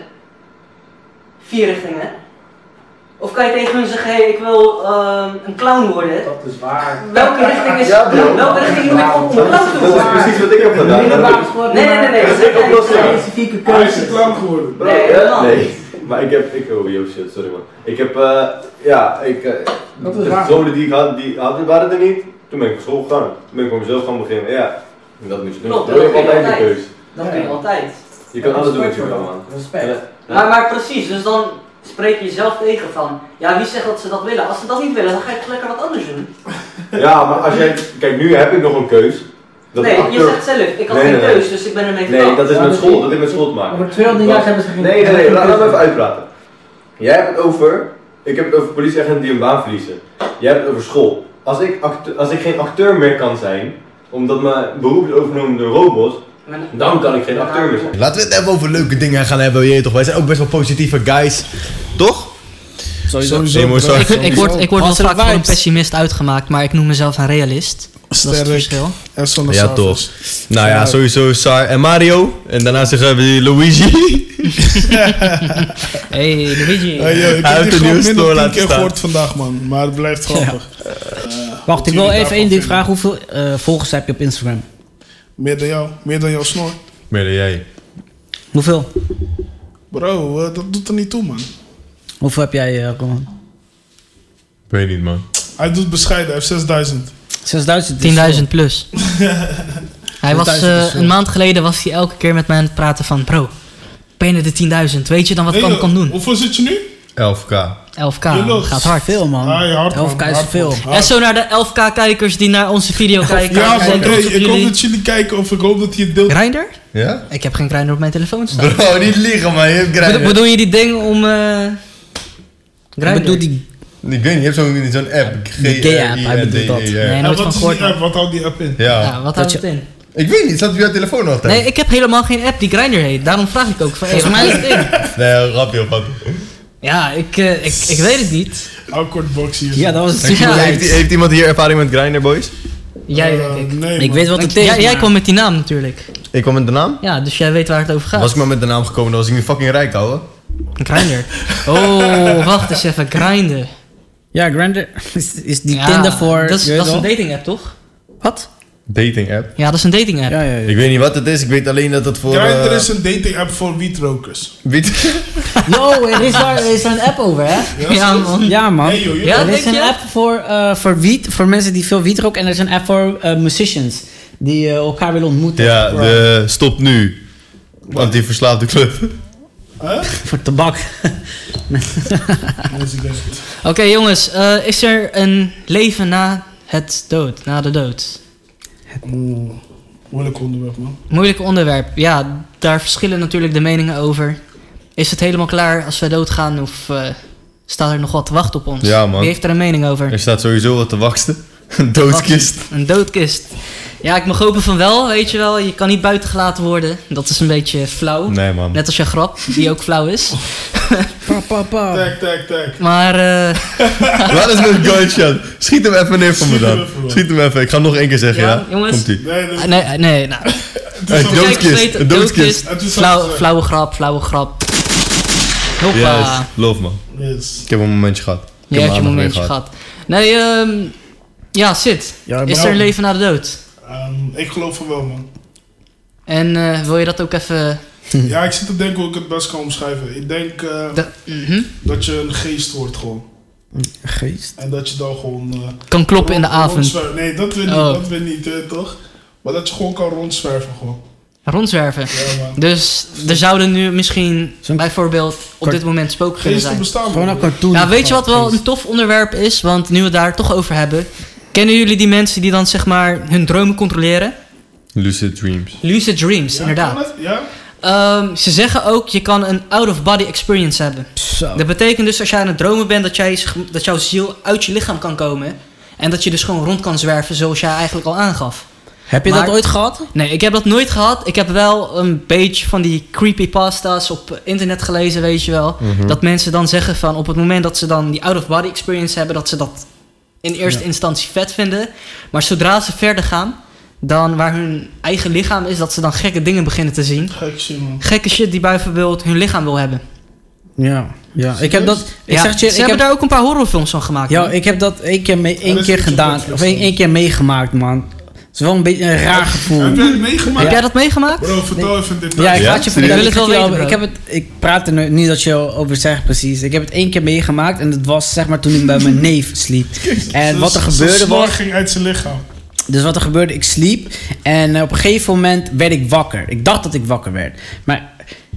Vier richtingen. Of kan je tegen hun zeggen, hey, ik wil ehm, een clown worden? Dat is waar. Welke richting is Ja, bro. welke richting moet ik op om een clown te Dat is worden? precies wat ik heb gedaan. Middelbare school, Nee, nee, nee, nee, maar dat is geen oplossing. specifieke Hij is een keuzes. clown geworden. Bro, Nee, ja, helemaal nee. Maar ik heb, ik, oh yo shit, sorry man. Ik heb, eh, ja, ik, eh, Dat is de raar. scholen die ik had, die hadden, waren er niet. Toen ben ik naar school gegaan. Toen ben ik voor mezelf gaan beginnen. Ja, en dat moet je doen. Klopt, Bro, je dat hebt doe je altijd een altijd. keus. Dat kun je altijd. Je kan alles doen wat Respect je voor wil, dat. man. Respect. Ja. Maar, maar precies, dus dan spreek je jezelf tegen van, ja, wie zegt dat ze dat willen? Als ze dat niet willen, dan ga je toch lekker wat anders doen. Ja, maar als jij, kijk nu heb ik nog een keus. Dat Nee, is je acteur- zegt zelf, ik had Nee, geen nee, nee. keus, dus ik ben ermee Nee, gegaan. dat is Ja, met dat school, is- dat heeft met school te maken. Over tweehonderd jaar hebben ze geen... Nee, nee, nee, geen laat keuze. me even uitpraten. Jij hebt het over, ik heb het over politieagenten die hun baan verliezen. Jij hebt het over school. Als ik, acte- als ik geen acteur meer kan zijn, omdat mijn beroep is overgenomen door robots, Dan kan ik geen acteur meer zijn. Laten we het even over leuke dingen gaan hebben. Je weet toch, wij zijn ook best wel positieve guys. Toch? Sowieso. Sowieso. Nee, mooi, bro. sorry. Ik, ik word, ik word wel Positive vaak voor een vibes. pessimist uitgemaakt, maar ik noem mezelf een realist. Dat is het Sterk. verschil. En zonder Ja, cijfers. toch. Nou ja, Ja. sowieso Sar en Mario. En daarna zeggen we Luigi. Hey, Luigi. Hey, yo, ik Hij heb heeft die een nieuwe grap minder store dan tien laten keer staan. gehoord vandaag, man. Maar het blijft grappig. Wacht, ik jullie wil even daarvan één ding vinden. vragen. Hoeveel eh, volgers heb je op Instagram? Meer dan jou. Meer dan jouw snor. Meer dan jij. Hoeveel? Bro, eh, dat doet er niet toe, man. Hoeveel heb jij, uh, Roman? Ik weet niet, man. Hij doet bescheiden. Hij heeft zesduizend. zesduizend? is tienduizend plus. Hij was, zesduizend is eh, veel. een maand geleden was hij elke keer met mij aan het praten van... Bro, binnen de tienduizend, weet je dan wat ik Nee, kan, joh, kan doen? Hoeveel zit je nu? elf k. elf k, Je loopt. gaat hard. veel, man. Ah, ja, hard, man. elf k is Hard, veel. man. En Hard. zo naar de elf k kijkers die naar onze video kijken. Ja, We zijn man. trots Hey, op ik hoop jullie. dat jullie kijken of ik hoop dat je het deelt. Grindr? Ja? Ik heb geen Grindr op mijn telefoon staan. Bro, niet liegen, man. Je hebt Bedo- Grindr. Bedoel je die ding om... eh Ik Grindr? bedoel die... Ik weet niet, je hebt zo'n zo'n app. Die gay app, hij bedoelt dat. G R I N D E R. Nee, En nooit wat van is gehoord. die app? Wat houdt die app in? Ja. Ja, wat houdt het in? Ik weet niet, het staat op jouw telefoon altijd. Nee, ik heb helemaal geen app die Grindr heet. Daarom vraag ik ook van... Hey, wat Volgens mij- houdt het in? Nee, grapje, grapje. Ja, ik, eh, ik, ik weet het niet. Awkward box hier. Ja, dat was het Ja. Heeft, heeft iemand hier ervaring met Grindr, boys? Jij, Eh, denk ik. Nee, Ik man. weet wat Want het is, jij, jij maar- kwam met die naam natuurlijk. Ik kwam met de naam. Ja, dus jij weet waar het over gaat. Was ik maar met de naam gekomen, dan was ik nu fucking rijk, ouwe. Grindr. Oh, wacht eens even. Grindr. Ja, Grindr is, is die Ja, Tinder voor... Dat is, je weet dat is wel? een dating app, toch? Wat? Dating app. Ja, dat is een dating app. Ja, ja, ja. Ik weet niet wat het is, ik weet alleen dat het voor... Grindr eh, is een dating app voor wietrokers. Wiet. Yo, er is daar, er is daar een app over, hè? Ja, man. Ja, man. Hey, joh, joh. Ja, er is denk een je? app voor, eh, voor wiet, voor mensen die veel wiet roken. En er is een app voor eh, musicians die eh, elkaar willen ontmoeten. Ja, de stop nu. Want die verslaafde club. Huh? Voor tabak. Deze guy. Oké, jongens. eh, is er een leven na het dood? Na de dood? Oeh, moeilijk onderwerp, man. Moeilijk onderwerp. Ja, daar verschillen natuurlijk de meningen over. Is het helemaal klaar als wij doodgaan? Of eh, staat er nog wat te wachten op ons? Ja, man. Wie heeft er een mening over? Er staat sowieso wat te wachten. Een doodkist. Wat? Een doodkist. Ja, ik mag hopen van wel, weet je wel. Je kan niet buiten gelaten worden. Dat is een beetje flauw. Nee, man. Net als je grap, die ook flauw is. Pa, pa, pa. Tag, tag, tag. Maar eh, Wat is met gunshot? Schiet hem even neer voor me Schiet hem dan. even, man. Schiet hem even. Ik ga hem nog één keer zeggen, Ja, ja? jongens. Komt-ie. Nee, nee. ah, nee, nee, nou. Hey, al- doodkist. Kijk, Een doodkist. Het is Flauw, al- flauwe grap, flauwe grap. Hoppa. Juist. Loof, man. Yes. Ik heb een momentje gehad. Ik Je heb hebt je hem aandacht momentje weer gehad. Nee, ehm ja, Sid. Ja, Is bro. er een leven na de dood? Ehm, ik geloof er wel, man. En eh, wil je dat ook even... Ja, ik zit te denken hoe ik het best kan omschrijven. Ik denk eh, de- mhm, dat je een geest wordt gewoon. Geest. En dat je dan gewoon... eh, kan kloppen in de rond- avond. rondzwerven. Nee, dat wil niet, Oh. dat wil niet, eh, toch? Maar dat je gewoon kan rondzwerven gewoon. Rondzwerven. Ja, man. Dus er zouden nu misschien Zo'n- bijvoorbeeld op kort- dit moment spoken kunnen Geesten zijn. bestaan Gewoon wel. een cartoon. Ja, weet je wat wel een tof onderwerp is? Want nu we het daar toch over hebben. Kennen jullie die mensen die dan zeg maar hun dromen controleren? Lucid Dreams. Lucid dreams, Ja, inderdaad. kan het? Ja? Ehm, ze zeggen ook, je kan een out-of-body experience hebben. Zo. Dat betekent dus als jij aan het dromen bent, dat, jij, dat jouw ziel uit je lichaam kan komen. En dat je dus gewoon rond kan zwerven zoals jij eigenlijk al aangaf. Heb je Maar- dat ooit gehad? Nee, ik heb dat nooit gehad. Ik heb wel een beetje van die creepypasta's op internet gelezen, weet je wel. Mhm. Dat mensen dan zeggen van op het moment dat ze dan die out-of-body experience hebben, dat ze dat in eerste Ja. instantie vet vinden. Maar zodra ze verder gaan, dan waar hun eigen lichaam is, dat ze dan gekke dingen beginnen te zien. Gek zien, man. Gekke shit die bijvoorbeeld hun lichaam wil hebben. Ja. Ja. Ik heb dat... Ik Ja, zeg je, ze ik hebben heb, daar ook een paar horrorfilms van gemaakt. ja, man. ik heb dat één keer, mee, één dat is keer niet gedaan. zo Of één, één keer meegemaakt, man. Het is wel een beetje een raar gevoel. Heb jij het meegemaakt? Heb jij dat meegemaakt? Bro, vertel even dit. Ja, ik Ja? ga het je Serieus? vertellen. Ik Ik, wil het wel ga het je weten, al- ik, heb het, ik praat er nu niet dat je over zegt precies. Ik heb het één keer meegemaakt en dat was zeg maar toen ik bij mijn neef sliep. En wat er Zijn gebeurde snor was... ging uit zijn lichaam. Dus wat er gebeurde, ik sliep en eh, op een gegeven moment werd ik wakker. Ik dacht dat ik wakker werd. Maar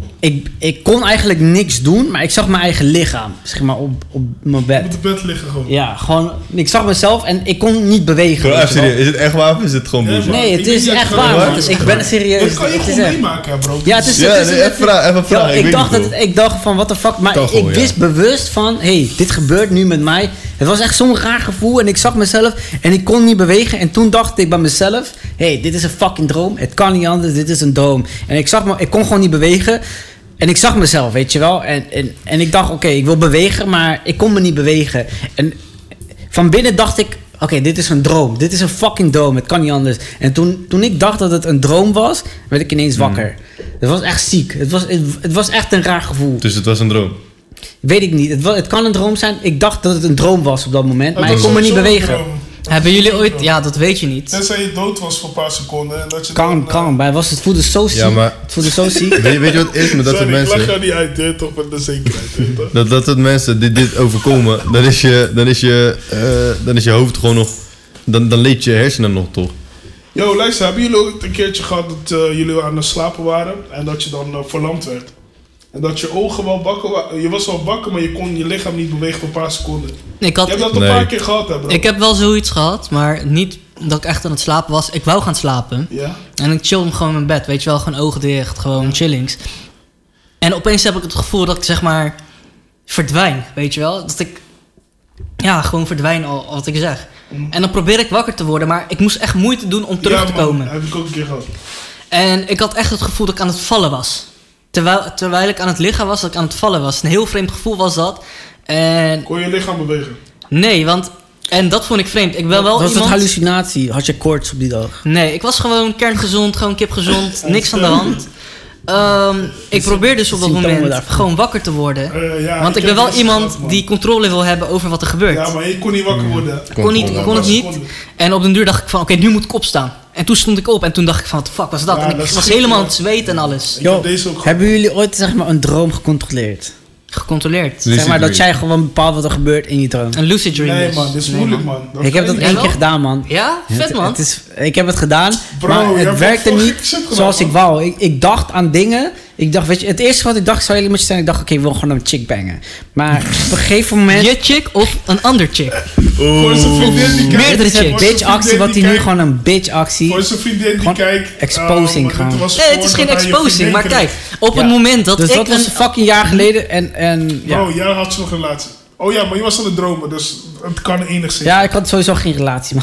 ik, ik kon eigenlijk niks doen, maar ik zag mijn eigen lichaam, zeg maar, op, op mijn Op bed. het bed liggen gewoon. Ja, gewoon, ik zag mezelf en ik kon niet bewegen. Bro, weet even je wel. serieus, is het echt waar of is het gewoon Ja, bullshit? man. Nee, het Ik is denk echt dat waar, je man. gewoon- Dus ik ben serieus. Dit kan je Het is gewoon echt- meemaken, hè, bro. Ja, het is, Ja, het is, nee, het- even vragen, even Ja, vragen. ik ik, weet dacht niet, dat, bro. ik dacht van, what the fuck. Maar Kan ik gewoon, ja. wist bewust van, hey, dit gebeurt nu met mij. Het was echt zo'n raar gevoel. En ik zag mezelf en ik kon niet bewegen. En toen dacht ik bij mezelf, hey, dit is een fucking droom. Het kan niet anders, dit is een droom. En ik zag me, ik kon gewoon niet bewegen. En ik zag mezelf, weet je wel. En, en, en ik dacht, oké, ik wil bewegen, maar ik kon me niet bewegen. En van binnen dacht ik, oké, dit is een droom. Dit is een fucking droom. Het kan niet anders. En toen, toen ik dacht dat het een droom was, werd ik ineens wakker. Het was echt ziek. Het was, het, het was echt een raar gevoel. Dus het was een droom. Weet ik niet. Het, wa- het kan een droom zijn. Ik dacht dat het een droom was op dat moment. Maar Het ik was kon me niet sowieso een bewegen. droom. Hebben jullie Sowieso ooit... een Ja, dat weet je niet. Tenzij je dood was voor een paar seconden. En dat je Kan, dan, eh, kan. Maar het, was, het voelde zo ziek. Ja, maar- Het voelde zo ziek. Weet je, weet je wat het is met dat soort Sorry, ik lach mensen? jou niet uit, dit toch met de zekerheid. weet je. Dat, dat soort mensen die dit overkomen, dan is je, dan is je, eh, dan is je hoofd gewoon nog... Dan, dan leed je hersenen nog toch? Yo, luister, hebben jullie ook een keertje gehad dat eh, jullie aan het slapen waren en dat je dan eh, verlamd werd? En dat je ogen wel bakken waren. Je was wel bakken, maar je kon je lichaam niet bewegen voor een paar seconden. Ik, Je hebt had, dat een Nee. paar keer gehad, hè, bro? ik heb wel zoiets gehad, maar niet dat ik echt aan het slapen was. Ik wou gaan slapen. Ja? En ik chill gewoon in mijn bed, weet je wel, gewoon ogen dicht, gewoon chillings. En opeens heb ik het gevoel dat ik zeg maar verdwijn, weet je wel. Dat ik, ja, gewoon verdwijn al, wat ik zeg. En dan probeer ik wakker te worden, maar ik moest echt moeite doen om terug ja, te man, komen. heb ik ook een keer gehad. En ik had echt het gevoel dat ik aan het vallen was. Terwijl, terwijl ik aan het liggen was, dat ik aan het vallen was. Een heel vreemd gevoel was dat. En Kon je lichaam bewegen? nee, want... En dat vond ik vreemd. Ik ben wel was iemand... het hallucinatie? Had je koorts op die dag? Nee, ik was gewoon kerngezond, gewoon kipgezond, niks aan de hand. Ehm, ik probeer dus op dat Symptomen moment daarvan. gewoon wakker te worden. Eh, ja, Want ik heb ben wel deze iemand gehad, man. die controle wil hebben over wat er gebeurt. Ja, maar je kon niet wakker worden. kon niet, gewoon kon het een niet. paar seconden. En op den duur dacht ik van, oké, nu moet ik opstaan. En toen stond ik op en toen dacht ik van, wat de fuck was dat? Ja, en ik dat is was goed, helemaal ja. aan het zweten en alles. Ik Yo, heb deze ook gehad. hebben jullie ooit zeg maar, een droom gecontroleerd? Gecontroleerd. Zeg maar dat dream. jij gewoon bepaalt wat er gebeurt in je droom. Een lucid dream Nee, dus. man, dit is Nee, moeilijk, man. man. Ik heb dat kan één je keer gedaan, man. Ja? Vet, Het- man. Het is, ik heb het gedaan, Bro, maar je het hebt werkte wel niet fucking shit gedaan, zoals ik man. wou. Ik, ik dacht aan dingen. Ik dacht, weet je, het eerste wat ik dacht zou iemand zijn. Ik dacht, oké, ik wil gewoon een chick bangen. Maar op een gegeven moment... Je chick of een ander chick? Voor zijn vriendin die kijkt. Meerdere Het is een chicks. voor zijn bitch actie, vriendin wat hij die nu kijkt. gewoon een bitch actie. Voor zijn vriendin die Gewoon kijkt. exposing eh, gewoon. het was Nee, het is voor geen dat hij je exposing, vriendin maar kreeg. kijk, op Ja. het moment dat Dus ik dat was een- een fucking jaar geleden en, en ja. Bro, jij had zo'n relatie. Oh ja, maar je was aan het dromen, dus het kan enigszins. Ja, ik had sowieso geen relatie, man.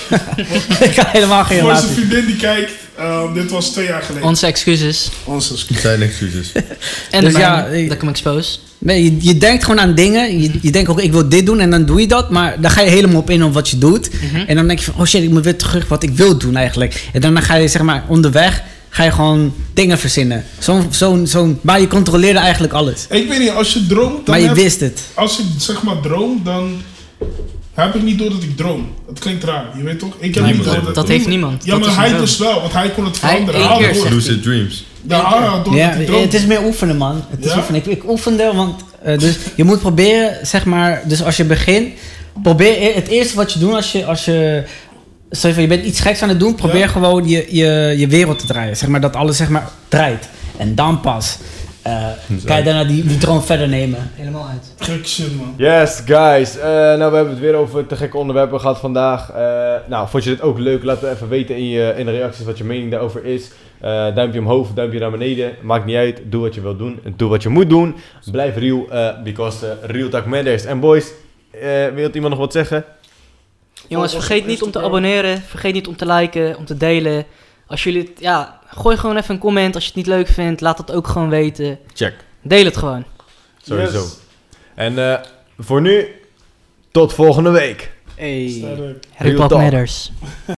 Ik had helemaal geen Voor zijn relatie. vriendin die kijkt, eh, dit was twee jaar geleden. Onze excuses. Onze excuus. Zijn excuses. En Dus de ja, mijne, ik- dat ik hem expose. Nee, je, je denkt gewoon aan dingen. Je, je denkt ook, ik wil dit doen en dan doe je dat. Maar dan ga je helemaal op in op wat je doet. Mhm. En dan denk je van, oh shit, ik moet weer terug wat ik wil doen eigenlijk. En dan ga je zeg maar onderweg, ga je gewoon dingen verzinnen. Zo'n, zo'n, zo'n, maar je controleerde eigenlijk alles. Ik weet niet, als je droomt, dan Maar je heb- wist het. als ik zeg maar droom, dan heb ik niet door dat ik droom. Het klinkt raar, je weet toch? Ik heb Nee, niet maar door dat- dat heeft niemand. Ja, Dat maar is een hij droom. dus wel, want hij kon het Hij veranderen. één Hij keer had door. zegt- Lucid dreams. Ja, hij had door Ja, dat hij droomde. het is meer oefenen, man. Het is Ja? oefenen. Ik, ik oefende, want eh, dus je moet proberen, zeg maar, dus als je begint, probeer e- het eerste wat je doet als je, als je, stel je voor, je bent iets geks aan het doen, probeer Ja. gewoon je, je, je wereld te draaien. Zeg maar dat alles, zeg maar, draait. En dan pas, eh kan je daarna die, die droom verder nemen. Helemaal uit. Gek shit, man. Yes, guys. Eh, nou, we hebben het weer over te gekke onderwerpen gehad vandaag. Eh, nou, vond je dit ook leuk? Laat het even weten in, je, in de reacties wat je mening daarover is. Eh, duimpje omhoog, duimpje naar beneden. Maakt niet uit. Doe wat je wilt doen. En doe wat je moet doen. Blijf real, eh, because uh, real talk matters. En boys, eh wil iemand nog wat zeggen? Jongens, Volg ons vergeet op niet om te Instagram. abonneren. Vergeet niet om te liken, om te delen. Als jullie het, ja, gooi gewoon even een comment. Als je het niet leuk vindt, laat dat ook gewoon weten. Check. Deel het gewoon. Sowieso. Yes. En eh, voor nu, tot volgende week. Hey. Sterk. Real Real Talk talk. Matters.